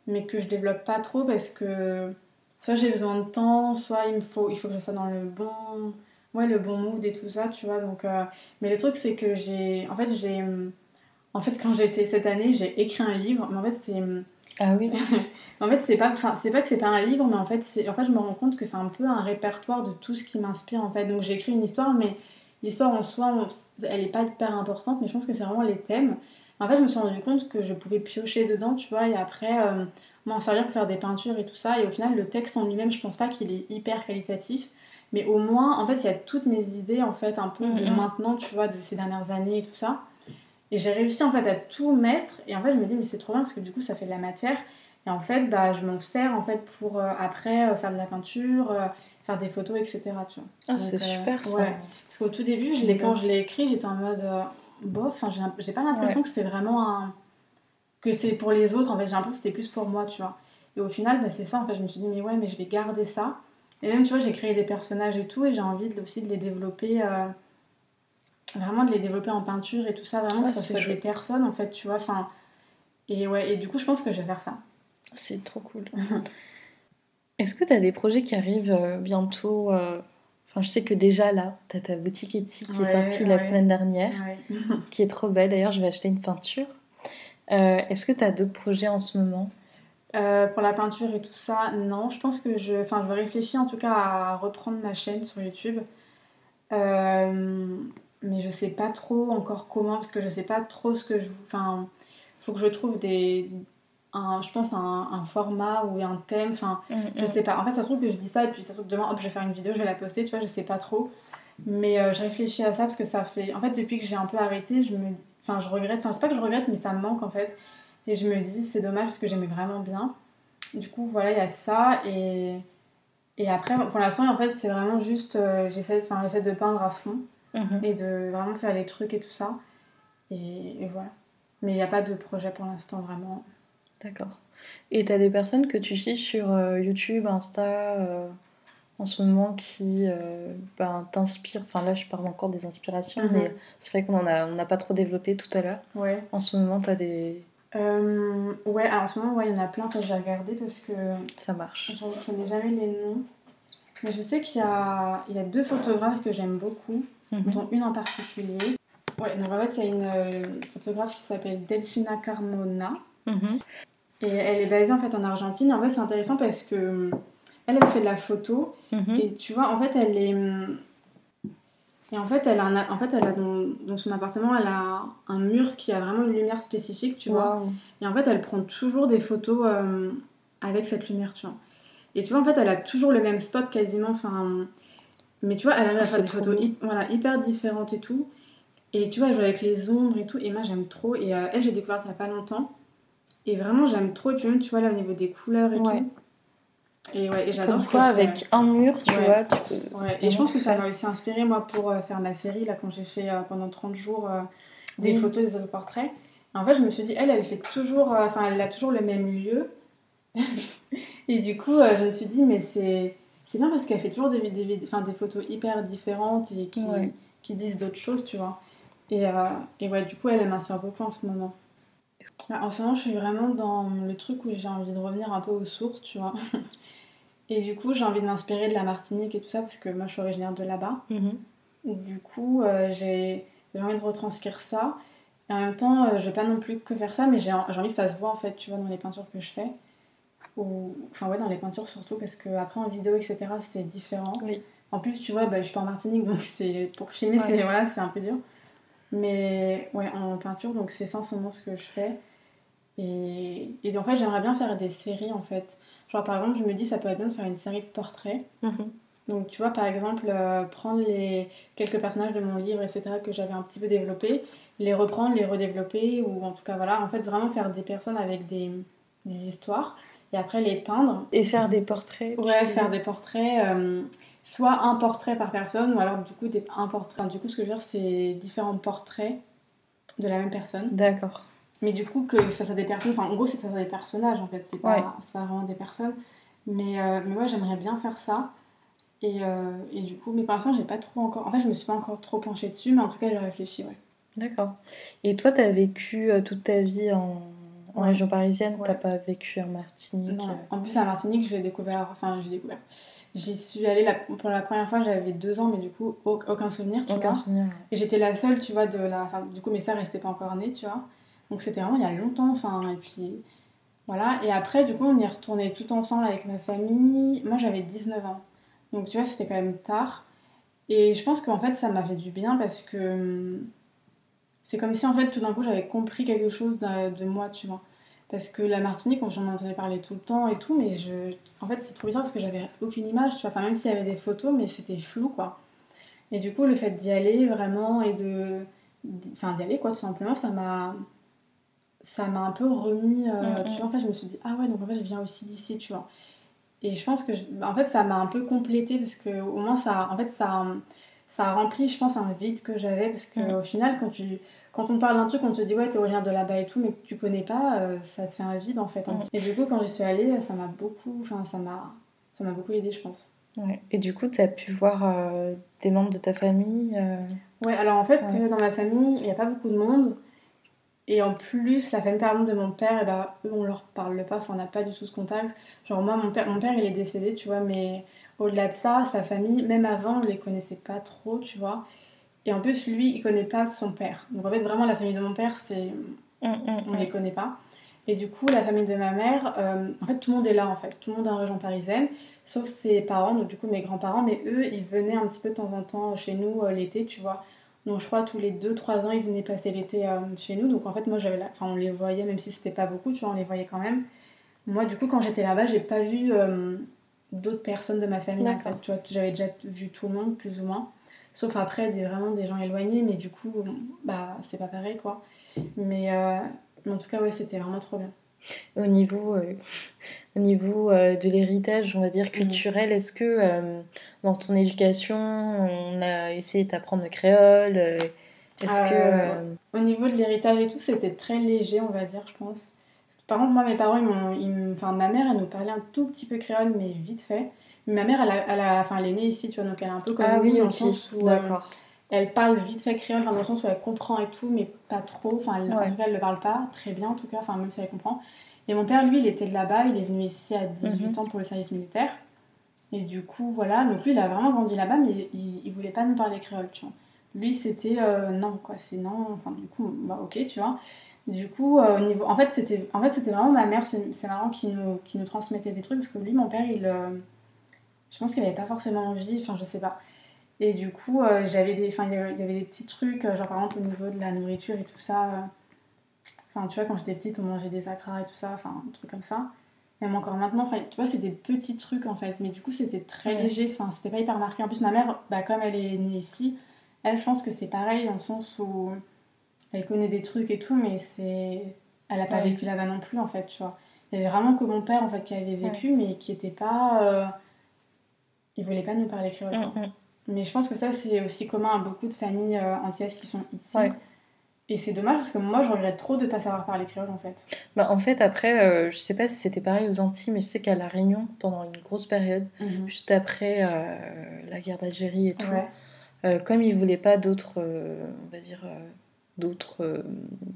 mais que je développe pas trop parce que soit j'ai besoin de temps, soit il me faut, il faut que je sois dans le bon, ouais, le bon mood et tout ça, tu vois. Donc, euh, mais le truc, c'est que j'ai, en fait, j'ai, en fait, quand j'étais cette année, j'ai écrit un livre, mais en fait, c'est, Ah oui. en fait, c'est pas, enfin, c'est pas que c'est pas un livre, mais en fait, c'est, en fait, je me rends compte que c'est un peu un répertoire de tout ce qui m'inspire, en fait. Donc, j'ai écrit une histoire, mais l'histoire en soi, on- elle est pas hyper importante, mais je pense que c'est vraiment les thèmes. En fait, je me suis rendu compte que je pouvais piocher dedans, tu vois, et après, euh, m'en servir pour faire des peintures et tout ça. Et au final, le texte en lui-même, je pense pas qu'il est hyper qualitatif, mais au moins, en fait, il y a toutes mes idées, en fait, un peu de Mm-mm. maintenant, tu vois, de ces dernières années et tout ça. Et j'ai réussi en fait à tout mettre. Et en fait, je me dis, mais c'est trop bien parce que du coup, ça fait de la matière. Et en fait, bah, je m'en sers en fait pour euh, après euh, faire de la peinture, euh, faire des photos, et cetera. Tu vois. Ah, Donc, c'est super euh, ça. ouais. Parce qu'au tout début, je C'est l'ai, une quand bonne- je l'ai écrit, j'étais en mode euh, bof. Enfin, j'ai, j'ai pas l'impression Ouais. que c'était vraiment un. Que c'est pour les autres. En fait, j'ai l'impression que c'était plus pour moi, tu vois. Et au final, bah, c'est ça. En fait, je me suis dit, mais ouais, mais je vais garder ça. Et même, tu vois, j'ai créé des personnages et tout. Et j'ai envie de, aussi de les développer. euh, Vraiment de les développer en peinture et tout ça. Vraiment que Ah, ça c'est soit des chouette. personnes, en fait, tu vois. Enfin. Et ouais, et du coup, je pense que je vais faire ça. C'est trop cool. Est-ce que tu as des projets qui arrivent euh, bientôt euh, Enfin, je sais que déjà là, tu as ta boutique Etsy qui est Ouais, sortie la ouais, semaine dernière, ouais. qui est trop belle. D'ailleurs, je vais acheter une peinture. Euh, est-ce que tu as d'autres projets en ce moment? Euh, pour la peinture et tout ça, non. Je pense que je, enfin, je réfléchis en tout cas à reprendre ma chaîne sur YouTube. Euh, mais je sais pas trop encore comment, parce que je sais pas trop ce que je. Enfin, faut que je trouve des. Un, je pense un, un format ou un thème. Enfin, je Mm-mm. sais pas. En fait, ça se trouve que je dis ça et puis ça se trouve que demain, hop, je vais faire une vidéo, je vais la poster, tu vois, je sais pas trop. Mais euh, je réfléchis à ça parce que ça fait. En fait, depuis que j'ai un peu arrêté, je me. Enfin, je regrette. Enfin, c'est pas que je regrette, mais ça me manque en fait. Et je me dis, c'est dommage parce que j'aimais vraiment bien. Du coup, voilà, il y a ça. Et, et après, pour l'instant, en fait, c'est vraiment juste. euh, j'essaie, enfin, j'essaie de peindre à fond Mhm. et de vraiment faire les trucs et tout ça. Et, et voilà. Mais il n'y a pas de projet pour l'instant, vraiment. D'accord. Et tu as des personnes que tu suis sur euh, YouTube, Insta euh, en ce moment qui euh, ben, t'inspirent? Enfin là, je parle encore des inspirations, mais Mhm. c'est vrai qu'on en a, on n'a pas trop développé tout à l'heure. Ouais. En ce moment, tu as des... Euh, ouais, alors en ce moment, ouais, il y en a plein que j'ai regardé parce que Ça marche. je ne connais jamais les noms. Mais je sais qu'il y a, il y a deux photographes que j'aime beaucoup, Mhm. dont une en particulier. Ouais, donc en fait, il y a une euh, photographe qui s'appelle Delfina Carmona. Mhm. Et elle est basée en fait en Argentine. Et en fait, c'est intéressant parce que euh, elle, elle fait de la photo. Mhm. Et tu vois, en fait, elle est. hum, Et en fait, elle a, un- en fait, elle a dans, dans son appartement, elle a un mur qui a vraiment une lumière spécifique, tu vois. Waouh. Et en fait, elle prend toujours des photos euh, avec cette lumière, tu vois. Et tu vois, en fait, elle a toujours le même spot quasiment. Enfin, mais tu vois, elle arrive Ah, à faire c'est des trop photos beau. hy- voilà, hyper différentes et tout. Et tu vois, elle joue avec les ombres et tout. Et moi, j'aime trop. Et euh, elle, j'ai découvert il y a pas longtemps. Et vraiment, j'aime trop. Et puis même, tu vois, là, au niveau des couleurs et Ouais. tout. Et ouais, et j'adore Comme ce quoi, qu'elle fait. avec un mur, tu Ouais. vois, tu peux Ouais. Et je vraiment pense tout que ça faire. m'a aussi inspirée, moi, pour euh, faire ma série, là, quand j'ai fait euh, pendant trente jours euh, des Oui. photos, des autoportraits. Et en fait, je me suis dit, elle, elle fait toujours... euh, Enfin, elle a toujours le même lieu. Et du coup, euh, je me suis dit, mais c'est... C'est bien parce qu'elle fait toujours des, des, vid- enfin, des photos hyper différentes et qui, Ouais. qui disent d'autres choses, tu vois. Et, euh, et ouais, du coup, elle, elle m'inspire beaucoup en ce moment. Bah, en ce moment, je suis vraiment dans le truc où j'ai envie de revenir un peu aux sources, tu vois. Et du coup, j'ai envie de m'inspirer de la Martinique et tout ça, parce que moi, je suis originaire de là-bas. Mhm. Du coup, euh, j'ai j'ai envie de retranscrire ça. Et en même temps, euh, je vais pas non plus que faire ça, mais j'ai j'ai envie que ça se voit, en fait, tu vois, dans les peintures que je fais. Ou... Enfin, ouais, dans les peintures surtout, parce qu'après, en vidéo, et cetera, c'est différent. Oui. En plus, tu vois, bah, je suis pas en Martinique, donc c'est pour filmer, Ouais. c'est voilà, c'est un peu dur. Mais ouais, en peinture, donc c'est ça en ce moment ce que je fais. Et, et en fait, j'aimerais bien faire des séries en fait. Genre, par exemple, je me dis, ça peut être bien de faire une série de portraits. Mhm. Donc, tu vois, par exemple, euh, prendre les quelques personnages de mon livre, et cetera, que j'avais un petit peu développé, les reprendre, les redévelopper, ou en tout cas, voilà, en fait, vraiment faire des personnes avec des, des histoires, et après les peindre. Et faire des portraits, tu Ouais, disais. faire des portraits, euh, soit un portrait par personne, ou alors du coup, des, un portrait. Enfin, du coup, ce que je veux dire, c'est différents portraits de la même personne. D'accord. Mais du coup, que ça soit des personnes, enfin en gros, c'est ça soit des personnages en fait, c'est pas, Ouais. c'est pas vraiment des personnes. Mais, euh, mais moi, j'aimerais bien faire ça. Et, euh, et du coup, mais pour l'instant, j'ai pas trop encore. En fait, je me suis pas encore trop penchée dessus, mais en tout cas, j'ai réfléchi, ouais. D'accord. Et toi, tu as vécu euh, toute ta vie en, en ouais. région parisienne, Ouais. t'as pas vécu en Martinique. Non, euh. en plus la Martinique, je l'ai découvert, enfin j'ai découvert. J'y suis allée la- pour la première fois, j'avais deux ans, mais du coup, au- aucun souvenir, tu Aucun vois. souvenir. Ouais. Et j'étais la seule, tu vois, de la. Enfin, du coup, mes sœurs restaient pas encore nées, tu vois. Donc c'était vraiment il y a longtemps, enfin, et puis voilà. Et après, du coup, on y est retourné tout ensemble avec ma famille. Moi, j'avais dix-neuf ans. Donc tu vois, c'était quand même tard. Et je pense qu'en fait, ça m'a fait du bien parce que hum, c'est comme si, en fait, tout d'un coup, j'avais compris quelque chose de, de moi, tu vois. Parce que la Martinique, j'en entendais parler tout le temps et tout, mais je... en fait, c'est trop bizarre parce que j'avais aucune image, tu vois. Enfin, même s'il y avait des photos, mais c'était flou, quoi. Et du coup, le fait d'y aller vraiment et de. Enfin, d'y aller, quoi, tout simplement, ça m'a. Ça m'a un peu remis. euh, tu Mm, vois, en fait, je me suis dit, ah ouais, donc en fait, je viens aussi d'ici, tu vois. Et je pense que, je- en fait, ça m'a un peu complété parce que au moins, ça, en fait, ça, ça a rempli, je pense, un vide que j'avais parce mm, qu'au final, quand, tu, quand on te parle d'un truc, on te dit, ouais, t'es originaire de là-bas et tout, mais que tu connais pas, euh, ça te fait un vide en fait. mm. Et du coup, quand j'y suis allée, ça m'a beaucoup, enfin, ça m'a, ça m'a beaucoup aidé, je pense. Ouais. Et du coup, t'as pu voir euh, des membres de ta famille. euh, Ouais, alors en fait, Ouais. euh, dans ma famille, il n'y a pas beaucoup de monde. Et en plus, la famille par exemple de mon père, et bah, eux, on leur parle pas, enfin, on n'a pas du tout ce contact. Genre, moi, mon père, mon père, il est décédé, tu vois, mais au-delà de ça, sa famille, même avant, on les connaissait pas trop, tu vois. Et en plus, lui, il connaît pas son père. Donc, en fait, vraiment, la famille de mon père, c'est. Mm, mm, On mm. les connaît pas. Et du coup, la famille de ma mère, euh, en fait, tout le monde est là, en fait. Tout le monde est en région parisienne, sauf ses parents, donc du coup, mes grands-parents. Mais eux, ils venaient un petit peu de temps en temps chez nous euh, l'été, tu vois. Donc, je crois, tous les deux trois ans, ils venaient passer l'été euh, chez nous. Donc, en fait, moi, j'avais la... enfin, on les voyait, même si c'était pas beaucoup, tu vois, on les voyait quand même. Moi, du coup, quand j'étais là-bas, j'ai pas vu euh, d'autres personnes de ma famille, en D'accord. fait. Tu vois, j'avais déjà vu tout le monde, plus ou moins. Sauf après, des, vraiment des gens éloignés, mais du coup, bah, c'est pas pareil, quoi. Mais, euh, mais en tout cas, ouais, c'était vraiment trop bien. Au niveau, euh, au niveau euh, de l'héritage, on va dire Mhm. culturel, est-ce que euh, dans ton éducation, on a essayé d'apprendre le créole euh, Est-ce que... Euh, euh, Au niveau de l'héritage et tout, c'était très léger, on va dire, je pense. Par contre, moi, mes parents, ils m'ont, ils m'ont- enfin, ma mère, elle nous parlait un tout petit peu créole, mais vite fait. Mais ma mère, elle, a, elle, a- enfin, elle est née ici, tu vois, donc elle est un peu comme Ah nous, oui, dans le ok, sens où euh, d'accord. elle parle vite fait créole, enfin, dans le sens où elle comprend et tout, mais pas trop. Enfin, elle- en Ouais. tout cas, elle le parle pas très bien, en tout cas, enfin, même si elle comprend. Et mon père, lui, il était de là-bas, il est venu ici à dix-huit Mhm. ans pour le service militaire. Et du coup, voilà, donc lui, il a vraiment grandi là-bas, mais il, il voulait pas nous parler créole, tu vois. Lui, c'était euh, non, quoi, c'est non, enfin, du coup, bah ok, tu vois. Du coup, euh, au niveau... en fait, c'était en fait, c'était vraiment ma mère, c'est c'est marrant, qui nous, qui nous transmettait des trucs, parce que lui, mon père, il, euh, je pense qu'il avait pas forcément envie, enfin, je sais pas. Et du coup, euh, j'avais des, enfin, il y avait il y avait des petits trucs, euh, genre par exemple, au niveau de la nourriture et tout ça. euh, Enfin, tu vois, quand j'étais petite, on mangeait des acras et tout ça, enfin, un truc comme ça. Même encore maintenant, enfin, tu vois, c'est des petits trucs en fait, mais du coup, c'était très Ouais. léger, enfin, c'était pas hyper marqué. En plus, ma mère, bah, comme elle est née ici, elle, je pense que c'est pareil dans le sens où elle connaît des trucs et tout, mais c'est. Elle a pas Ouais. vécu là-bas non plus en fait, tu vois. Il y avait vraiment que mon père en fait qui avait vécu, mais qui était pas. euh, Il voulait pas nous parler créole, quoi. Mm, mm. Mais je pense que ça, c'est aussi commun à beaucoup de familles euh, antillaises qui sont ici. Ouais. Et c'est dommage parce que moi, je regrette trop de pas savoir parler créole en fait. Bah, en fait, après, euh, je sais pas si c'était pareil aux Antilles, mais je sais qu'à La Réunion, pendant une grosse période, Mhm. juste après euh, la guerre d'Algérie et tout, Ouais. euh, comme ils voulaient pas d'autres, euh, on va dire, euh, d'autres euh,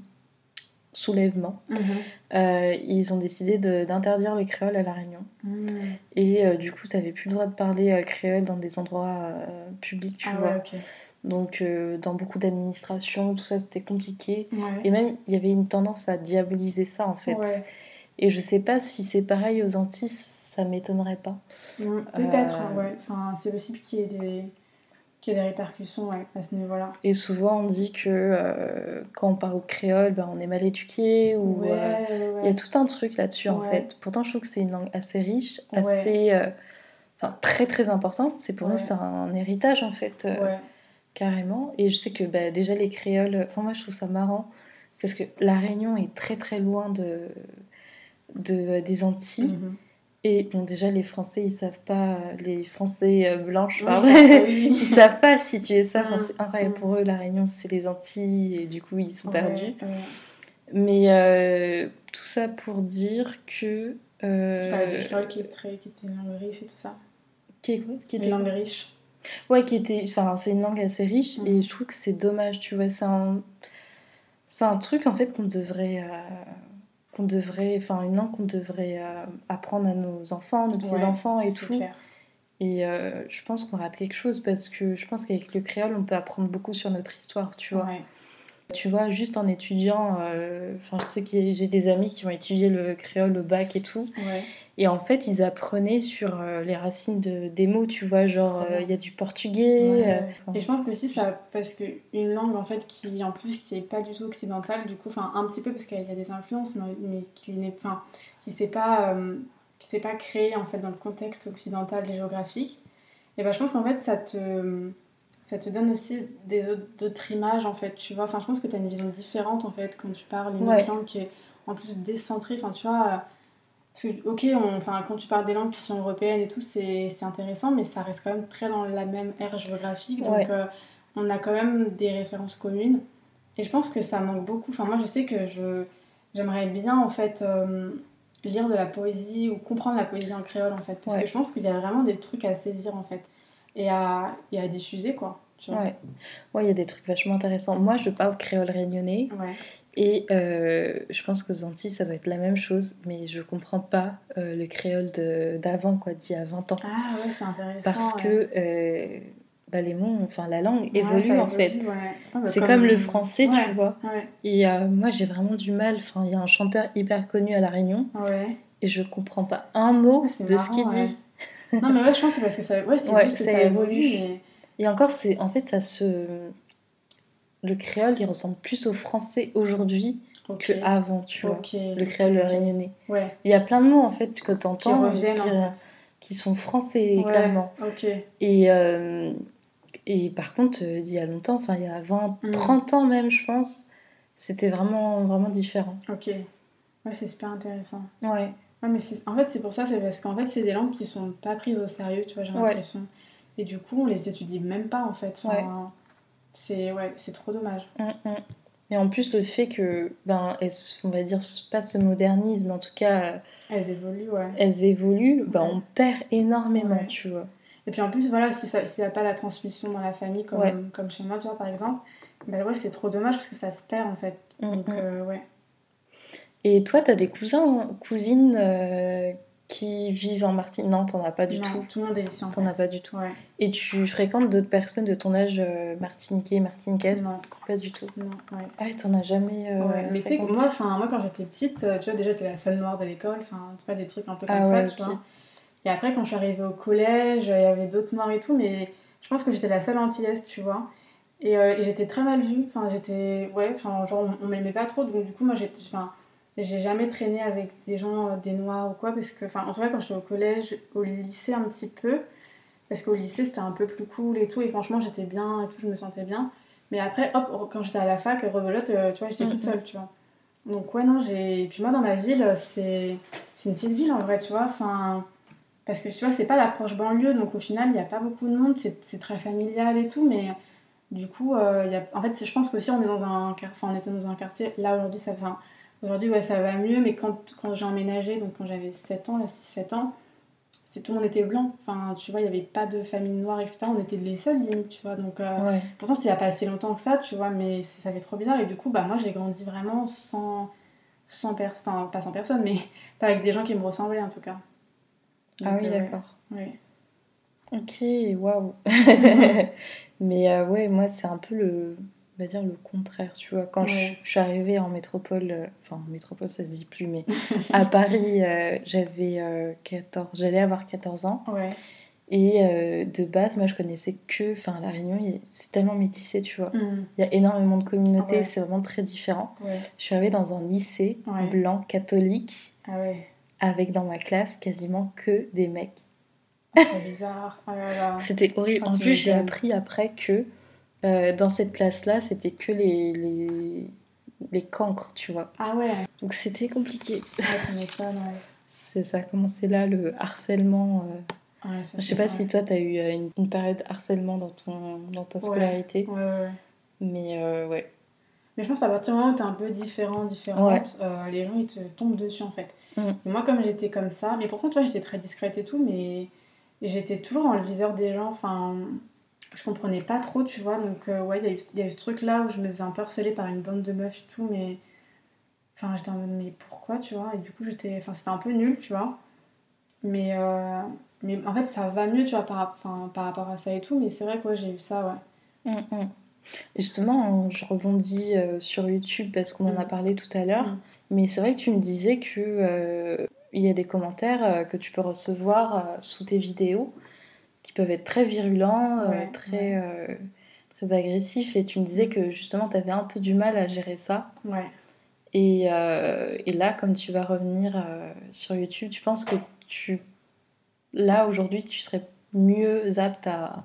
soulèvements, Mhm. euh, ils ont décidé de- d'interdire le créole à La Réunion. Mhm. Et euh, du coup, t'avais plus le droit de parler euh, créole dans des endroits euh, publics, tu Ah vois. ouais, ok. Donc, euh, dans beaucoup d'administrations, tout ça, c'était compliqué. Ouais. Et même, il y avait une tendance à diaboliser ça, en fait. Ouais. Et je sais pas si c'est pareil aux Antilles, ça m'étonnerait pas. Mm, peut-être, Euh, hein, ouais. Enfin, c'est possible qu'il y ait des, qu'il y ait des répercussions ouais, à ce niveau-là. Et souvent, on dit que euh, quand on parle créole, ben, on est mal éduqué. Ou, Ouais, euh, ouais, il y a ouais. tout un truc là-dessus, en Ouais. fait. Pourtant, je trouve que c'est une langue assez riche, Ouais. assez... euh, Enfin, très, très importante. C'est pour Ouais. nous, c'est un héritage, en fait. euh, Ouais. Carrément. Et je sais que bah, déjà les créoles, enfin moi je trouve ça marrant parce que La Réunion est très très loin de, de des Antilles. Mhm. Et bon déjà les Français ils savent pas, les Français euh, blanches Oui, pardon, ça, oui, oui. ils savent pas situer ça. Enfin, Mhm. c'est incroyable Mhm. pour eux, La Réunion c'est les Antilles et du coup ils sont perdus. Ouais, ouais. Mais euh, tout ça pour dire que Tu parlais euh, du créole qui, est très, qui était une langue riche et tout ça. qui est quoi qui Une était langue quoi riche. Ouais, qui était, enfin c'est une langue assez riche Mhm. et je trouve que c'est dommage, tu vois, c'est un c'est un truc en fait qu'on devrait euh, qu'on devrait, enfin une langue qu'on devrait euh, apprendre à nos enfants, nos petits-enfants ouais, et c'est tout. clair. Et euh, je pense qu'on rate quelque chose parce que je pense qu'avec le créole, on peut apprendre beaucoup sur notre histoire, tu vois. Ouais. Tu vois, juste en étudiant, enfin, euh, je sais que j'ai des amis qui ont étudié le créole au bac et tout. Ouais. Et en fait, ils apprenaient sur euh, les racines de, des mots, tu vois, genre il euh, y a du portugais. Ouais. Euh, et je pense que aussi ça, parce qu'une langue en fait qui en plus qui est pas du tout occidentale, du coup, enfin un petit peu parce qu'il y a des influences, mais, mais qui n'est, enfin, qui s'est pas, euh, qui s'est pas créée en fait dans le contexte occidental et géographique. Et ben je pense qu'en fait ça te, ça te donne aussi des autres, d'autres images en fait, tu vois. Enfin je pense que tu as une vision différente en fait quand tu parles une ouais. autre langue qui est en plus décentrée, enfin tu vois. Parce que, ok, on, enfin, quand tu parles des langues qui sont européennes et tout, c'est, c'est intéressant, mais ça reste quand même très dans la même ère géographique. Donc, Ouais. euh, on a quand même des références communes. Et je pense que ça manque beaucoup. Enfin, moi, je sais que je, j'aimerais bien, en fait, euh, lire de la poésie ou comprendre la poésie en créole, en fait. Parce ouais. que je pense qu'il y a vraiment des trucs à saisir, en fait. Et à, et à diffuser, quoi. Tu vois. Ouais. Ouais, il y a des trucs vachement intéressants. Moi, je parle créole réunionnais. Ouais. Et euh, je pense qu'aux Antilles, ça doit être la même chose, mais je comprends pas euh, le créole de, d'avant, quoi, d'il y a vingt ans. Ah ouais, c'est intéressant. Parce ouais. que euh, bah, les mots, enfin la langue Ouais, évolue, ça en fait. évolue, ouais. Ouais, bah, c'est comme... comme le français, ouais, tu vois. Ouais. Et euh, moi, j'ai vraiment du mal. Enfin, il y a un chanteur hyper connu à La Réunion, Ouais. et je comprends pas un mot Ah, c'est de marrant, ce qu'il ouais. dit. Non, mais ouais, je pense que c'est parce que ça, ouais, c'est Ouais, juste que ça ça évolue, évolue. mais Et encore, c'est en fait, ça se. Le créole, il ressemble plus au français aujourd'hui ok, qu'avant, tu vois. ok, Le ok, créole ok. réunionnais. Ouais, Il y a plein de mots, en fait, que tu qui entends reviennent qui, en fait. qui sont français, Ouais, clairement. ok. Et, euh, et par contre, euh, il y a longtemps, enfin, il y a vingt, Hmm, trente ans même, je pense, c'était vraiment, vraiment différent. ok. Ouais, c'est super intéressant. Ouais, Ouais, mais c'est- en fait, c'est pour ça, c'est parce qu'en fait, c'est des langues qui sont pas prises au sérieux, tu vois, j'ai ouais, l'impression. Et du coup, on les étudie même pas, en fait. ouais. Enfin, c'est, ouais, c'est trop dommage. Hum, hum. Et en plus, le fait que, ben, elles, se- on va dire, pas se modernisent, mais en tout cas, euh, Elles évoluent, ouais. elles évoluent, ben, Ouais. on perd énormément, Ouais. tu vois. Et puis en plus, voilà, si ça, s'il n'y a pas la transmission dans la famille, comme, Ouais. comme chez moi, tu vois, par exemple, bah ouais, c'est trop dommage parce que ça se perd, en fait. Hum, Donc, hum. euh, ouais. Et toi, t'as des cousins, cousines euh, qui vivent en Martinique? Non, t'en as pas du non, tout. tout le monde est ici, en T'en fait. as pas du tout. Ouais. Et tu fréquentes d'autres personnes de ton âge euh, martiniquais, martiniquaise? Non. Pas du tout. Non, ouais. Ah, t'en as jamais euh, Ouais, mais tu sais que fréquenté? moi, enfin, moi quand j'étais petite, euh, tu vois, déjà j'étais la seule noire de l'école, enfin, tu vois, des trucs un peu comme Ah ça, ouais, tu ok. vois. Et après, quand je suis arrivée au collège, il y avait d'autres noirs et tout, mais je pense que j'étais la seule antillaise, tu vois. Et, euh, et j'étais très mal vue, enfin, j'étais, ouais, enfin, genre, on, on m'aimait pas trop, donc du coup, moi, j'ai, enfin, j'ai jamais traîné avec des gens, euh, des noirs ou quoi, parce que, enfin, en tout cas, quand j'étais au collège, au lycée un petit peu, parce qu'au lycée, c'était un peu plus cool et tout, et franchement, j'étais bien et tout, je me sentais bien. Mais après, hop, quand j'étais à la fac, rebelote, euh, tu vois, j'étais Mm, toute mm. seule, tu vois. Donc ouais, non, j'ai... Et puis moi, dans ma ville, c'est, c'est une petite ville, en vrai, tu vois, enfin... Parce que, tu vois, c'est pas l'approche banlieue, donc au final, il n'y a pas beaucoup de monde, c'est, c'est très familial et tout, mais du coup, euh, il y a... en fait, c'est- je pense qu'aussi, on est dans un... quar- enfin, on était dans un quartier, là, aujourd'hui, ça va... Aujourd'hui, ouais, ça va mieux, mais quand, quand j'ai emménagé, donc quand j'avais sept ans, là, six sept ans, c'est tout le monde était blanc. Enfin, tu vois, il n'y avait pas de famille noire, et cetera. On était les seuls, limite, tu vois. Donc, euh, Ouais. pourtant, c'était il n'y a pas assez longtemps que ça, tu vois, mais c'est- ça fait trop bizarre. Et du coup, bah, moi, j'ai grandi vraiment sans, sans personne, enfin, pas sans personne, mais pas avec des gens qui me ressemblaient, en tout cas. Ah Donc, oui, euh, d'accord. ouais. Ok, waouh. Mais euh, ouais, moi, c'est un peu le, on va dire le contraire, tu vois. Quand je, Ouais. je suis arrivée en métropole, euh, enfin, en métropole, ça se dit plus, mais à Paris, euh, j'avais euh, quatorze, j'allais avoir quatorze ans. Ouais. Et euh, de base, moi, je connaissais que, enfin, La Réunion, il- c'est tellement métissé, tu vois. Mm. Il y a énormément de communautés, Ouais. c'est vraiment très différent. Ouais. Je suis arrivée dans un lycée Ouais. blanc catholique, Ah ouais. avec dans ma classe quasiment que des mecs. Trop bizarre. Oh là là. C'était horrible. Ah, En tu plus, j'ai m'étonnes. appris après que euh, dans cette classe-là, c'était que les, les, les cancres, tu vois. Ah ouais. Donc c'était compliqué. Ah, tu m'étonnes, ouais. C'est, ça a commencé là, le harcèlement. euh. Ouais, ça, Je c'est- sais pas ouais. si toi, t'as eu euh, une, une période harcèlement dans, ton, dans ta Ouais. scolarité. Ouais, ouais, ouais. Mais euh, ouais. Mais je pense qu'à partir du moment où t'es un peu différent, différente, euh, les gens ils te tombent dessus en fait. Mm. Et moi, comme j'étais comme ça, mais pourtant, tu vois, j'étais très discrète et tout, mais j'étais toujours dans le viseur des gens. Enfin, je comprenais pas trop, tu vois. Donc, euh, ouais, il y, a eu- il y a eu ce truc là où je me faisais un peu harceler par une bande de meufs et tout, mais Enfin, j'étais en mode, mais pourquoi, tu vois? Et du coup, j'étais... Enfin, c'était un peu nul, tu vois. Mais, euh, mais en fait, ça va mieux, tu vois, par, enfin, par rapport à ça et tout. Mais c'est vrai que ouais, j'ai eu ça, ouais. Mm, mm. Justement, je rebondis euh, sur YouTube parce qu'on en a Mm. parlé tout à l'heure. Mm. Mais c'est vrai que tu me disais que euh, il y a des commentaires euh, que tu peux recevoir euh, sous tes vidéos qui peuvent être très virulents, euh, Ouais, très, ouais. euh, très agressifs. Et tu me disais Mm. que justement, tu avais un peu du mal à gérer ça. Ouais. Et, euh, et là, comme tu vas revenir euh, sur YouTube, tu penses que tu, là, aujourd'hui, tu serais mieux apte à,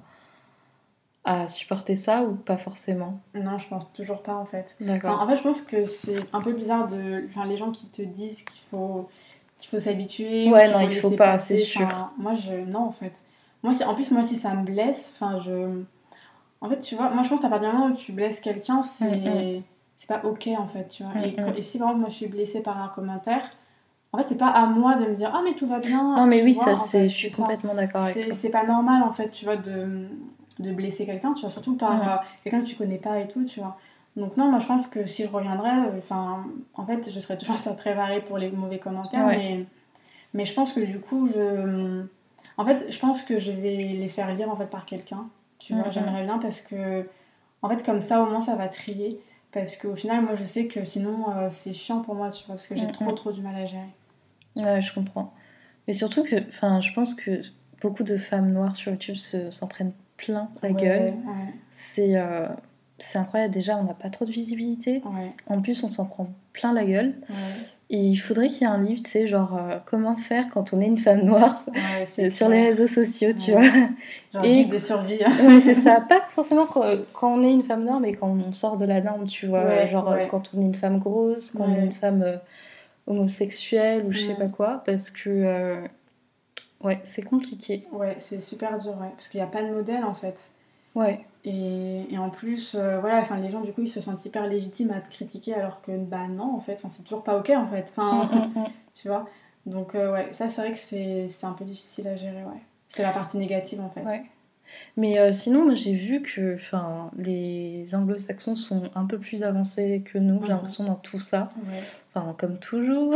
à supporter ça ou pas forcément? Non, je pense toujours pas, en fait. Enfin, D'accord. en fait, je pense que c'est un peu bizarre de... Enfin, les gens qui te disent qu'il faut, qu'il faut s'habituer ou Ouais, qu'il non, faut il faut laisser pas, c'est passer. sûr. Enfin, moi, je... Non, en fait. Moi, si... En plus, moi, si ça me blesse, enfin, je... En fait, tu vois, moi, je pense qu'à partir du moment où tu blesses quelqu'un, Mm, mm, c'est... C'est pas ok, en fait, tu vois. mm, Et, mm. et si, par exemple, moi, je suis blessée par un commentaire, en fait, c'est pas à moi de me dire « Ah, mais tout va bien », Non, mais tu oui, ça, vois, en c'est, fait, je c'est suis ça. complètement d'accord avec C'est toi. c'est pas normal, en fait, tu vois, de, de blesser quelqu'un, tu vois, surtout par Mm. euh, quelqu'un que tu connais pas et tout, tu vois. Donc non, moi, je pense que si je reviendrais, enfin, en fait, je serais toujours pas préparée pour les mauvais commentaires, Ouais. mais, mais je pense que du coup, je... En fait, je pense que je vais les faire lire, en fait, par quelqu'un, tu vois, Mm, mm. j'aimerais bien parce que, en fait, comme ça, au moins, ça va trier. Parce qu'au final, moi, je sais que sinon, euh, c'est chiant pour moi, tu vois, parce que j'ai Mm, trop, mm. trop du mal à gérer. Ouais, je comprends. Mais surtout que, enfin, je pense que beaucoup de femmes noires sur YouTube se, s'en prennent plein la gueule. Ouais, ouais, C'est, euh, c'est incroyable. Déjà, on n'a pas trop de visibilité. ouais, En plus, on s'en prend plein la gueule. ouais. Et il faudrait qu'il y ait un livre, tu sais, genre euh, comment faire quand on est une femme noire Ouais, c'est sur les clair. réseaux sociaux, tu Ouais. vois. Genre Et guide de survie. ouais, c'est ça. Pas forcément quand, quand on est une femme noire, mais quand on sort de la norme, tu vois. Ouais, Genre euh, ouais. quand on est une femme grosse, quand on est Ouais. une femme euh, homosexuelle ou je sais Mm. pas quoi. Parce que, euh, ouais, c'est compliqué. Ouais, c'est super dur, ouais. Parce qu'il n'y a pas de modèle, en fait. Ouais. Et, et en plus, euh, voilà, enfin, les gens, du coup, ils se sentent hyper légitimes à te critiquer, alors que, bah non, en fait, enfin, c'est toujours pas ok, en fait. Enfin, Mm, mm, mm. tu vois. Donc, euh, ouais, ça, c'est vrai que c'est c'est un peu difficile à gérer, ouais. C'est la partie négative, en fait. Ouais. Mais euh, sinon, moi j'ai vu que enfin, les anglo-saxons sont un peu plus avancés que nous, j'ai Mhm. l'impression, dans tout ça. Ouais. Enfin, comme toujours.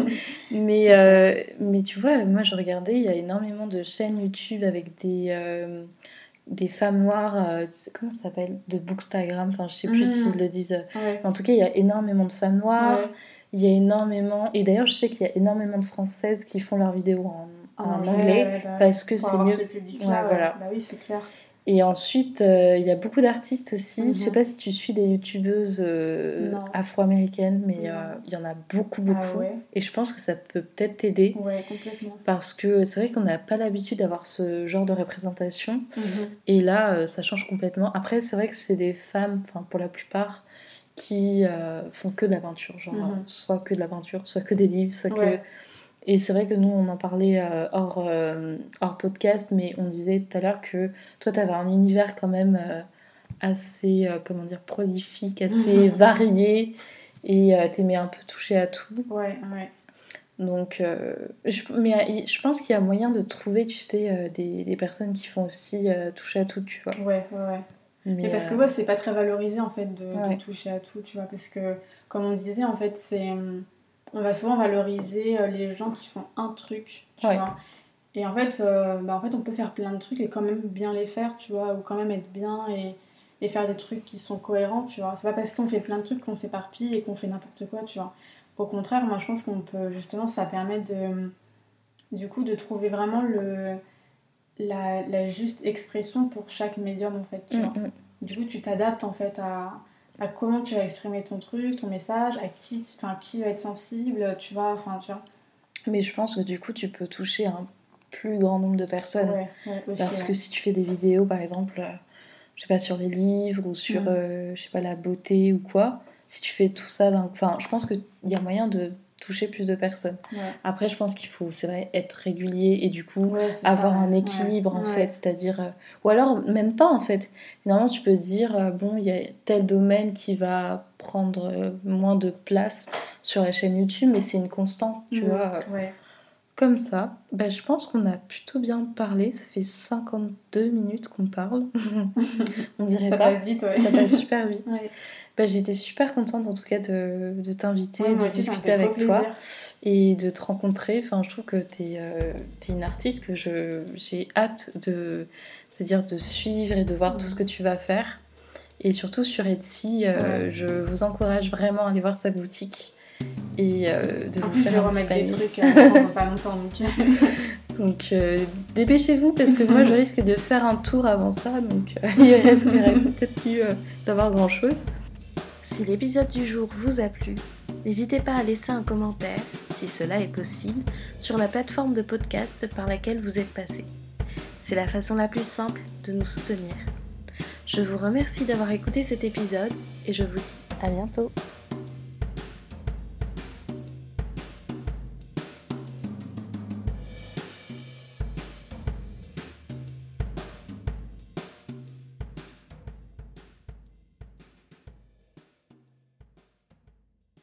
mais, C'est clair. euh, mais tu vois, moi je regardais, il y a énormément de chaînes YouTube avec des, euh, des femmes noires, euh, tu sais, comment ça s'appelle? De Bookstagram, enfin je sais plus Mhm. s'ils le disent. Ouais. Mais en tout cas, il y a énormément de femmes noires. Ouais. Il y a énormément. Et d'ailleurs, je sais qu'il y a énormément de Françaises qui font leurs vidéos en, En en anglais, anglais ouais, bah, parce que pour c'est avoir mieux. ce Ouais, public-là, ouais. voilà. Bah oui, c'est clair. Et ensuite, euh, il y a beaucoup d'artistes aussi. Mhm. Je sais pas si tu suis des youtubeuses euh, Non. afro-américaines, mais Non. euh, il y en a beaucoup, Ah beaucoup. ouais. Et je pense que ça peut peut-être t'aider. Ouais, complètement. Parce que c'est vrai qu'on n'a pas l'habitude d'avoir ce genre de représentation. Mhm. Et là, euh, ça change complètement. Après, c'est vrai que c'est des femmes, enfin pour la plupart, qui euh, font que de la peinture. Genre, Mhm. euh, soit que de la peinture, soit que des livres, soit Ouais. que... Et c'est vrai que nous, on en parlait euh, hors, euh, hors podcast, mais on disait tout à l'heure que toi, t'avais un univers quand même euh, assez, euh, comment dire, prolifique, assez varié, et euh, t'aimais un peu toucher à tout. Ouais, ouais. Donc, euh, je, mais euh, je pense qu'il y a moyen de trouver, tu sais, euh, des, des personnes qui font aussi euh, toucher à tout, tu vois. Ouais, ouais, ouais. Mais, Mais parce que euh, ouais, c'est pas très valorisé en fait de, ouais. de toucher à tout, tu vois. Parce que, comme on disait, en fait, c'est. On va souvent valoriser euh, les gens qui font un truc, tu Ouais. vois. Et en fait, euh, bah, en fait, on peut faire plein de trucs et quand même bien les faire, tu vois. Ou quand même être bien et, et faire des trucs qui sont cohérents, tu vois. C'est pas parce qu'on fait plein de trucs qu'on s'éparpille et qu'on fait n'importe quoi, tu vois. Au contraire, moi je pense qu'on peut justement, ça permet de. Du coup, de trouver vraiment le. La, la juste expression pour chaque médium en fait, tu Mm, vois. mm. Du coup, tu t'adaptes en fait à, à comment tu vas exprimer ton truc, ton message, à qui, enfin, qui va être sensible, tu vois, enfin, tu vois. Mais je pense que du coup, tu peux toucher un plus grand nombre de personnes. Ouais, ouais, aussi, Parce ouais. que si tu fais des vidéos, par exemple, euh, je sais pas, sur les livres ou sur, Mm. euh, je sais pas, la beauté ou quoi, si tu fais tout ça d'un... Enfin, je pense qu'il y a moyen de toucher plus de personnes. Ouais. Après, je pense qu'il faut, c'est vrai, être régulier et du coup, Ouais, c'est avoir ça, un ouais. équilibre, Ouais. en Ouais. fait. C'est-à-dire... euh, Ou alors, même pas, en fait. Finalement, tu peux dire, euh, bon, il y a tel domaine qui va prendre euh, moins de place sur la chaîne YouTube, mais c'est une constante, tu Mm. vois. euh, Ouais. Comme ça, bah, je pense qu'on a plutôt bien parlé. Ça fait cinquante-deux minutes qu'on parle. On dirait Ça pas. passe vite, ouais. Ça passe super vite. Ouais. Bah, j'étais super contente en tout cas de, de t'inviter, Ouais, moi de aussi, ça me discuter fait trop avec toi plaisir. et de te rencontrer. Enfin, je trouve que t'es euh, t'es une artiste que je, j'ai hâte de, c'est-à-dire de suivre et de voir Mhm. tout ce que tu vas faire. Et surtout sur Etsy, euh, Ouais. je vous encourage vraiment à aller voir sa boutique et euh, de En vous plus, je vais faire un petit remettre des panier. trucs euh, dans pas longtemps. Donc... Donc euh, dépêchez-vous parce que moi je risque de faire un tour avant ça, donc euh, il risquerait peut-être plus euh, d'avoir grand-chose. Si l'épisode du jour vous a plu, n'hésitez pas à laisser un commentaire, si cela est possible, sur la plateforme de podcast par laquelle vous êtes passé. C'est la façon la plus simple de nous soutenir. Je vous remercie d'avoir écouté cet épisode et je vous dis à bientôt.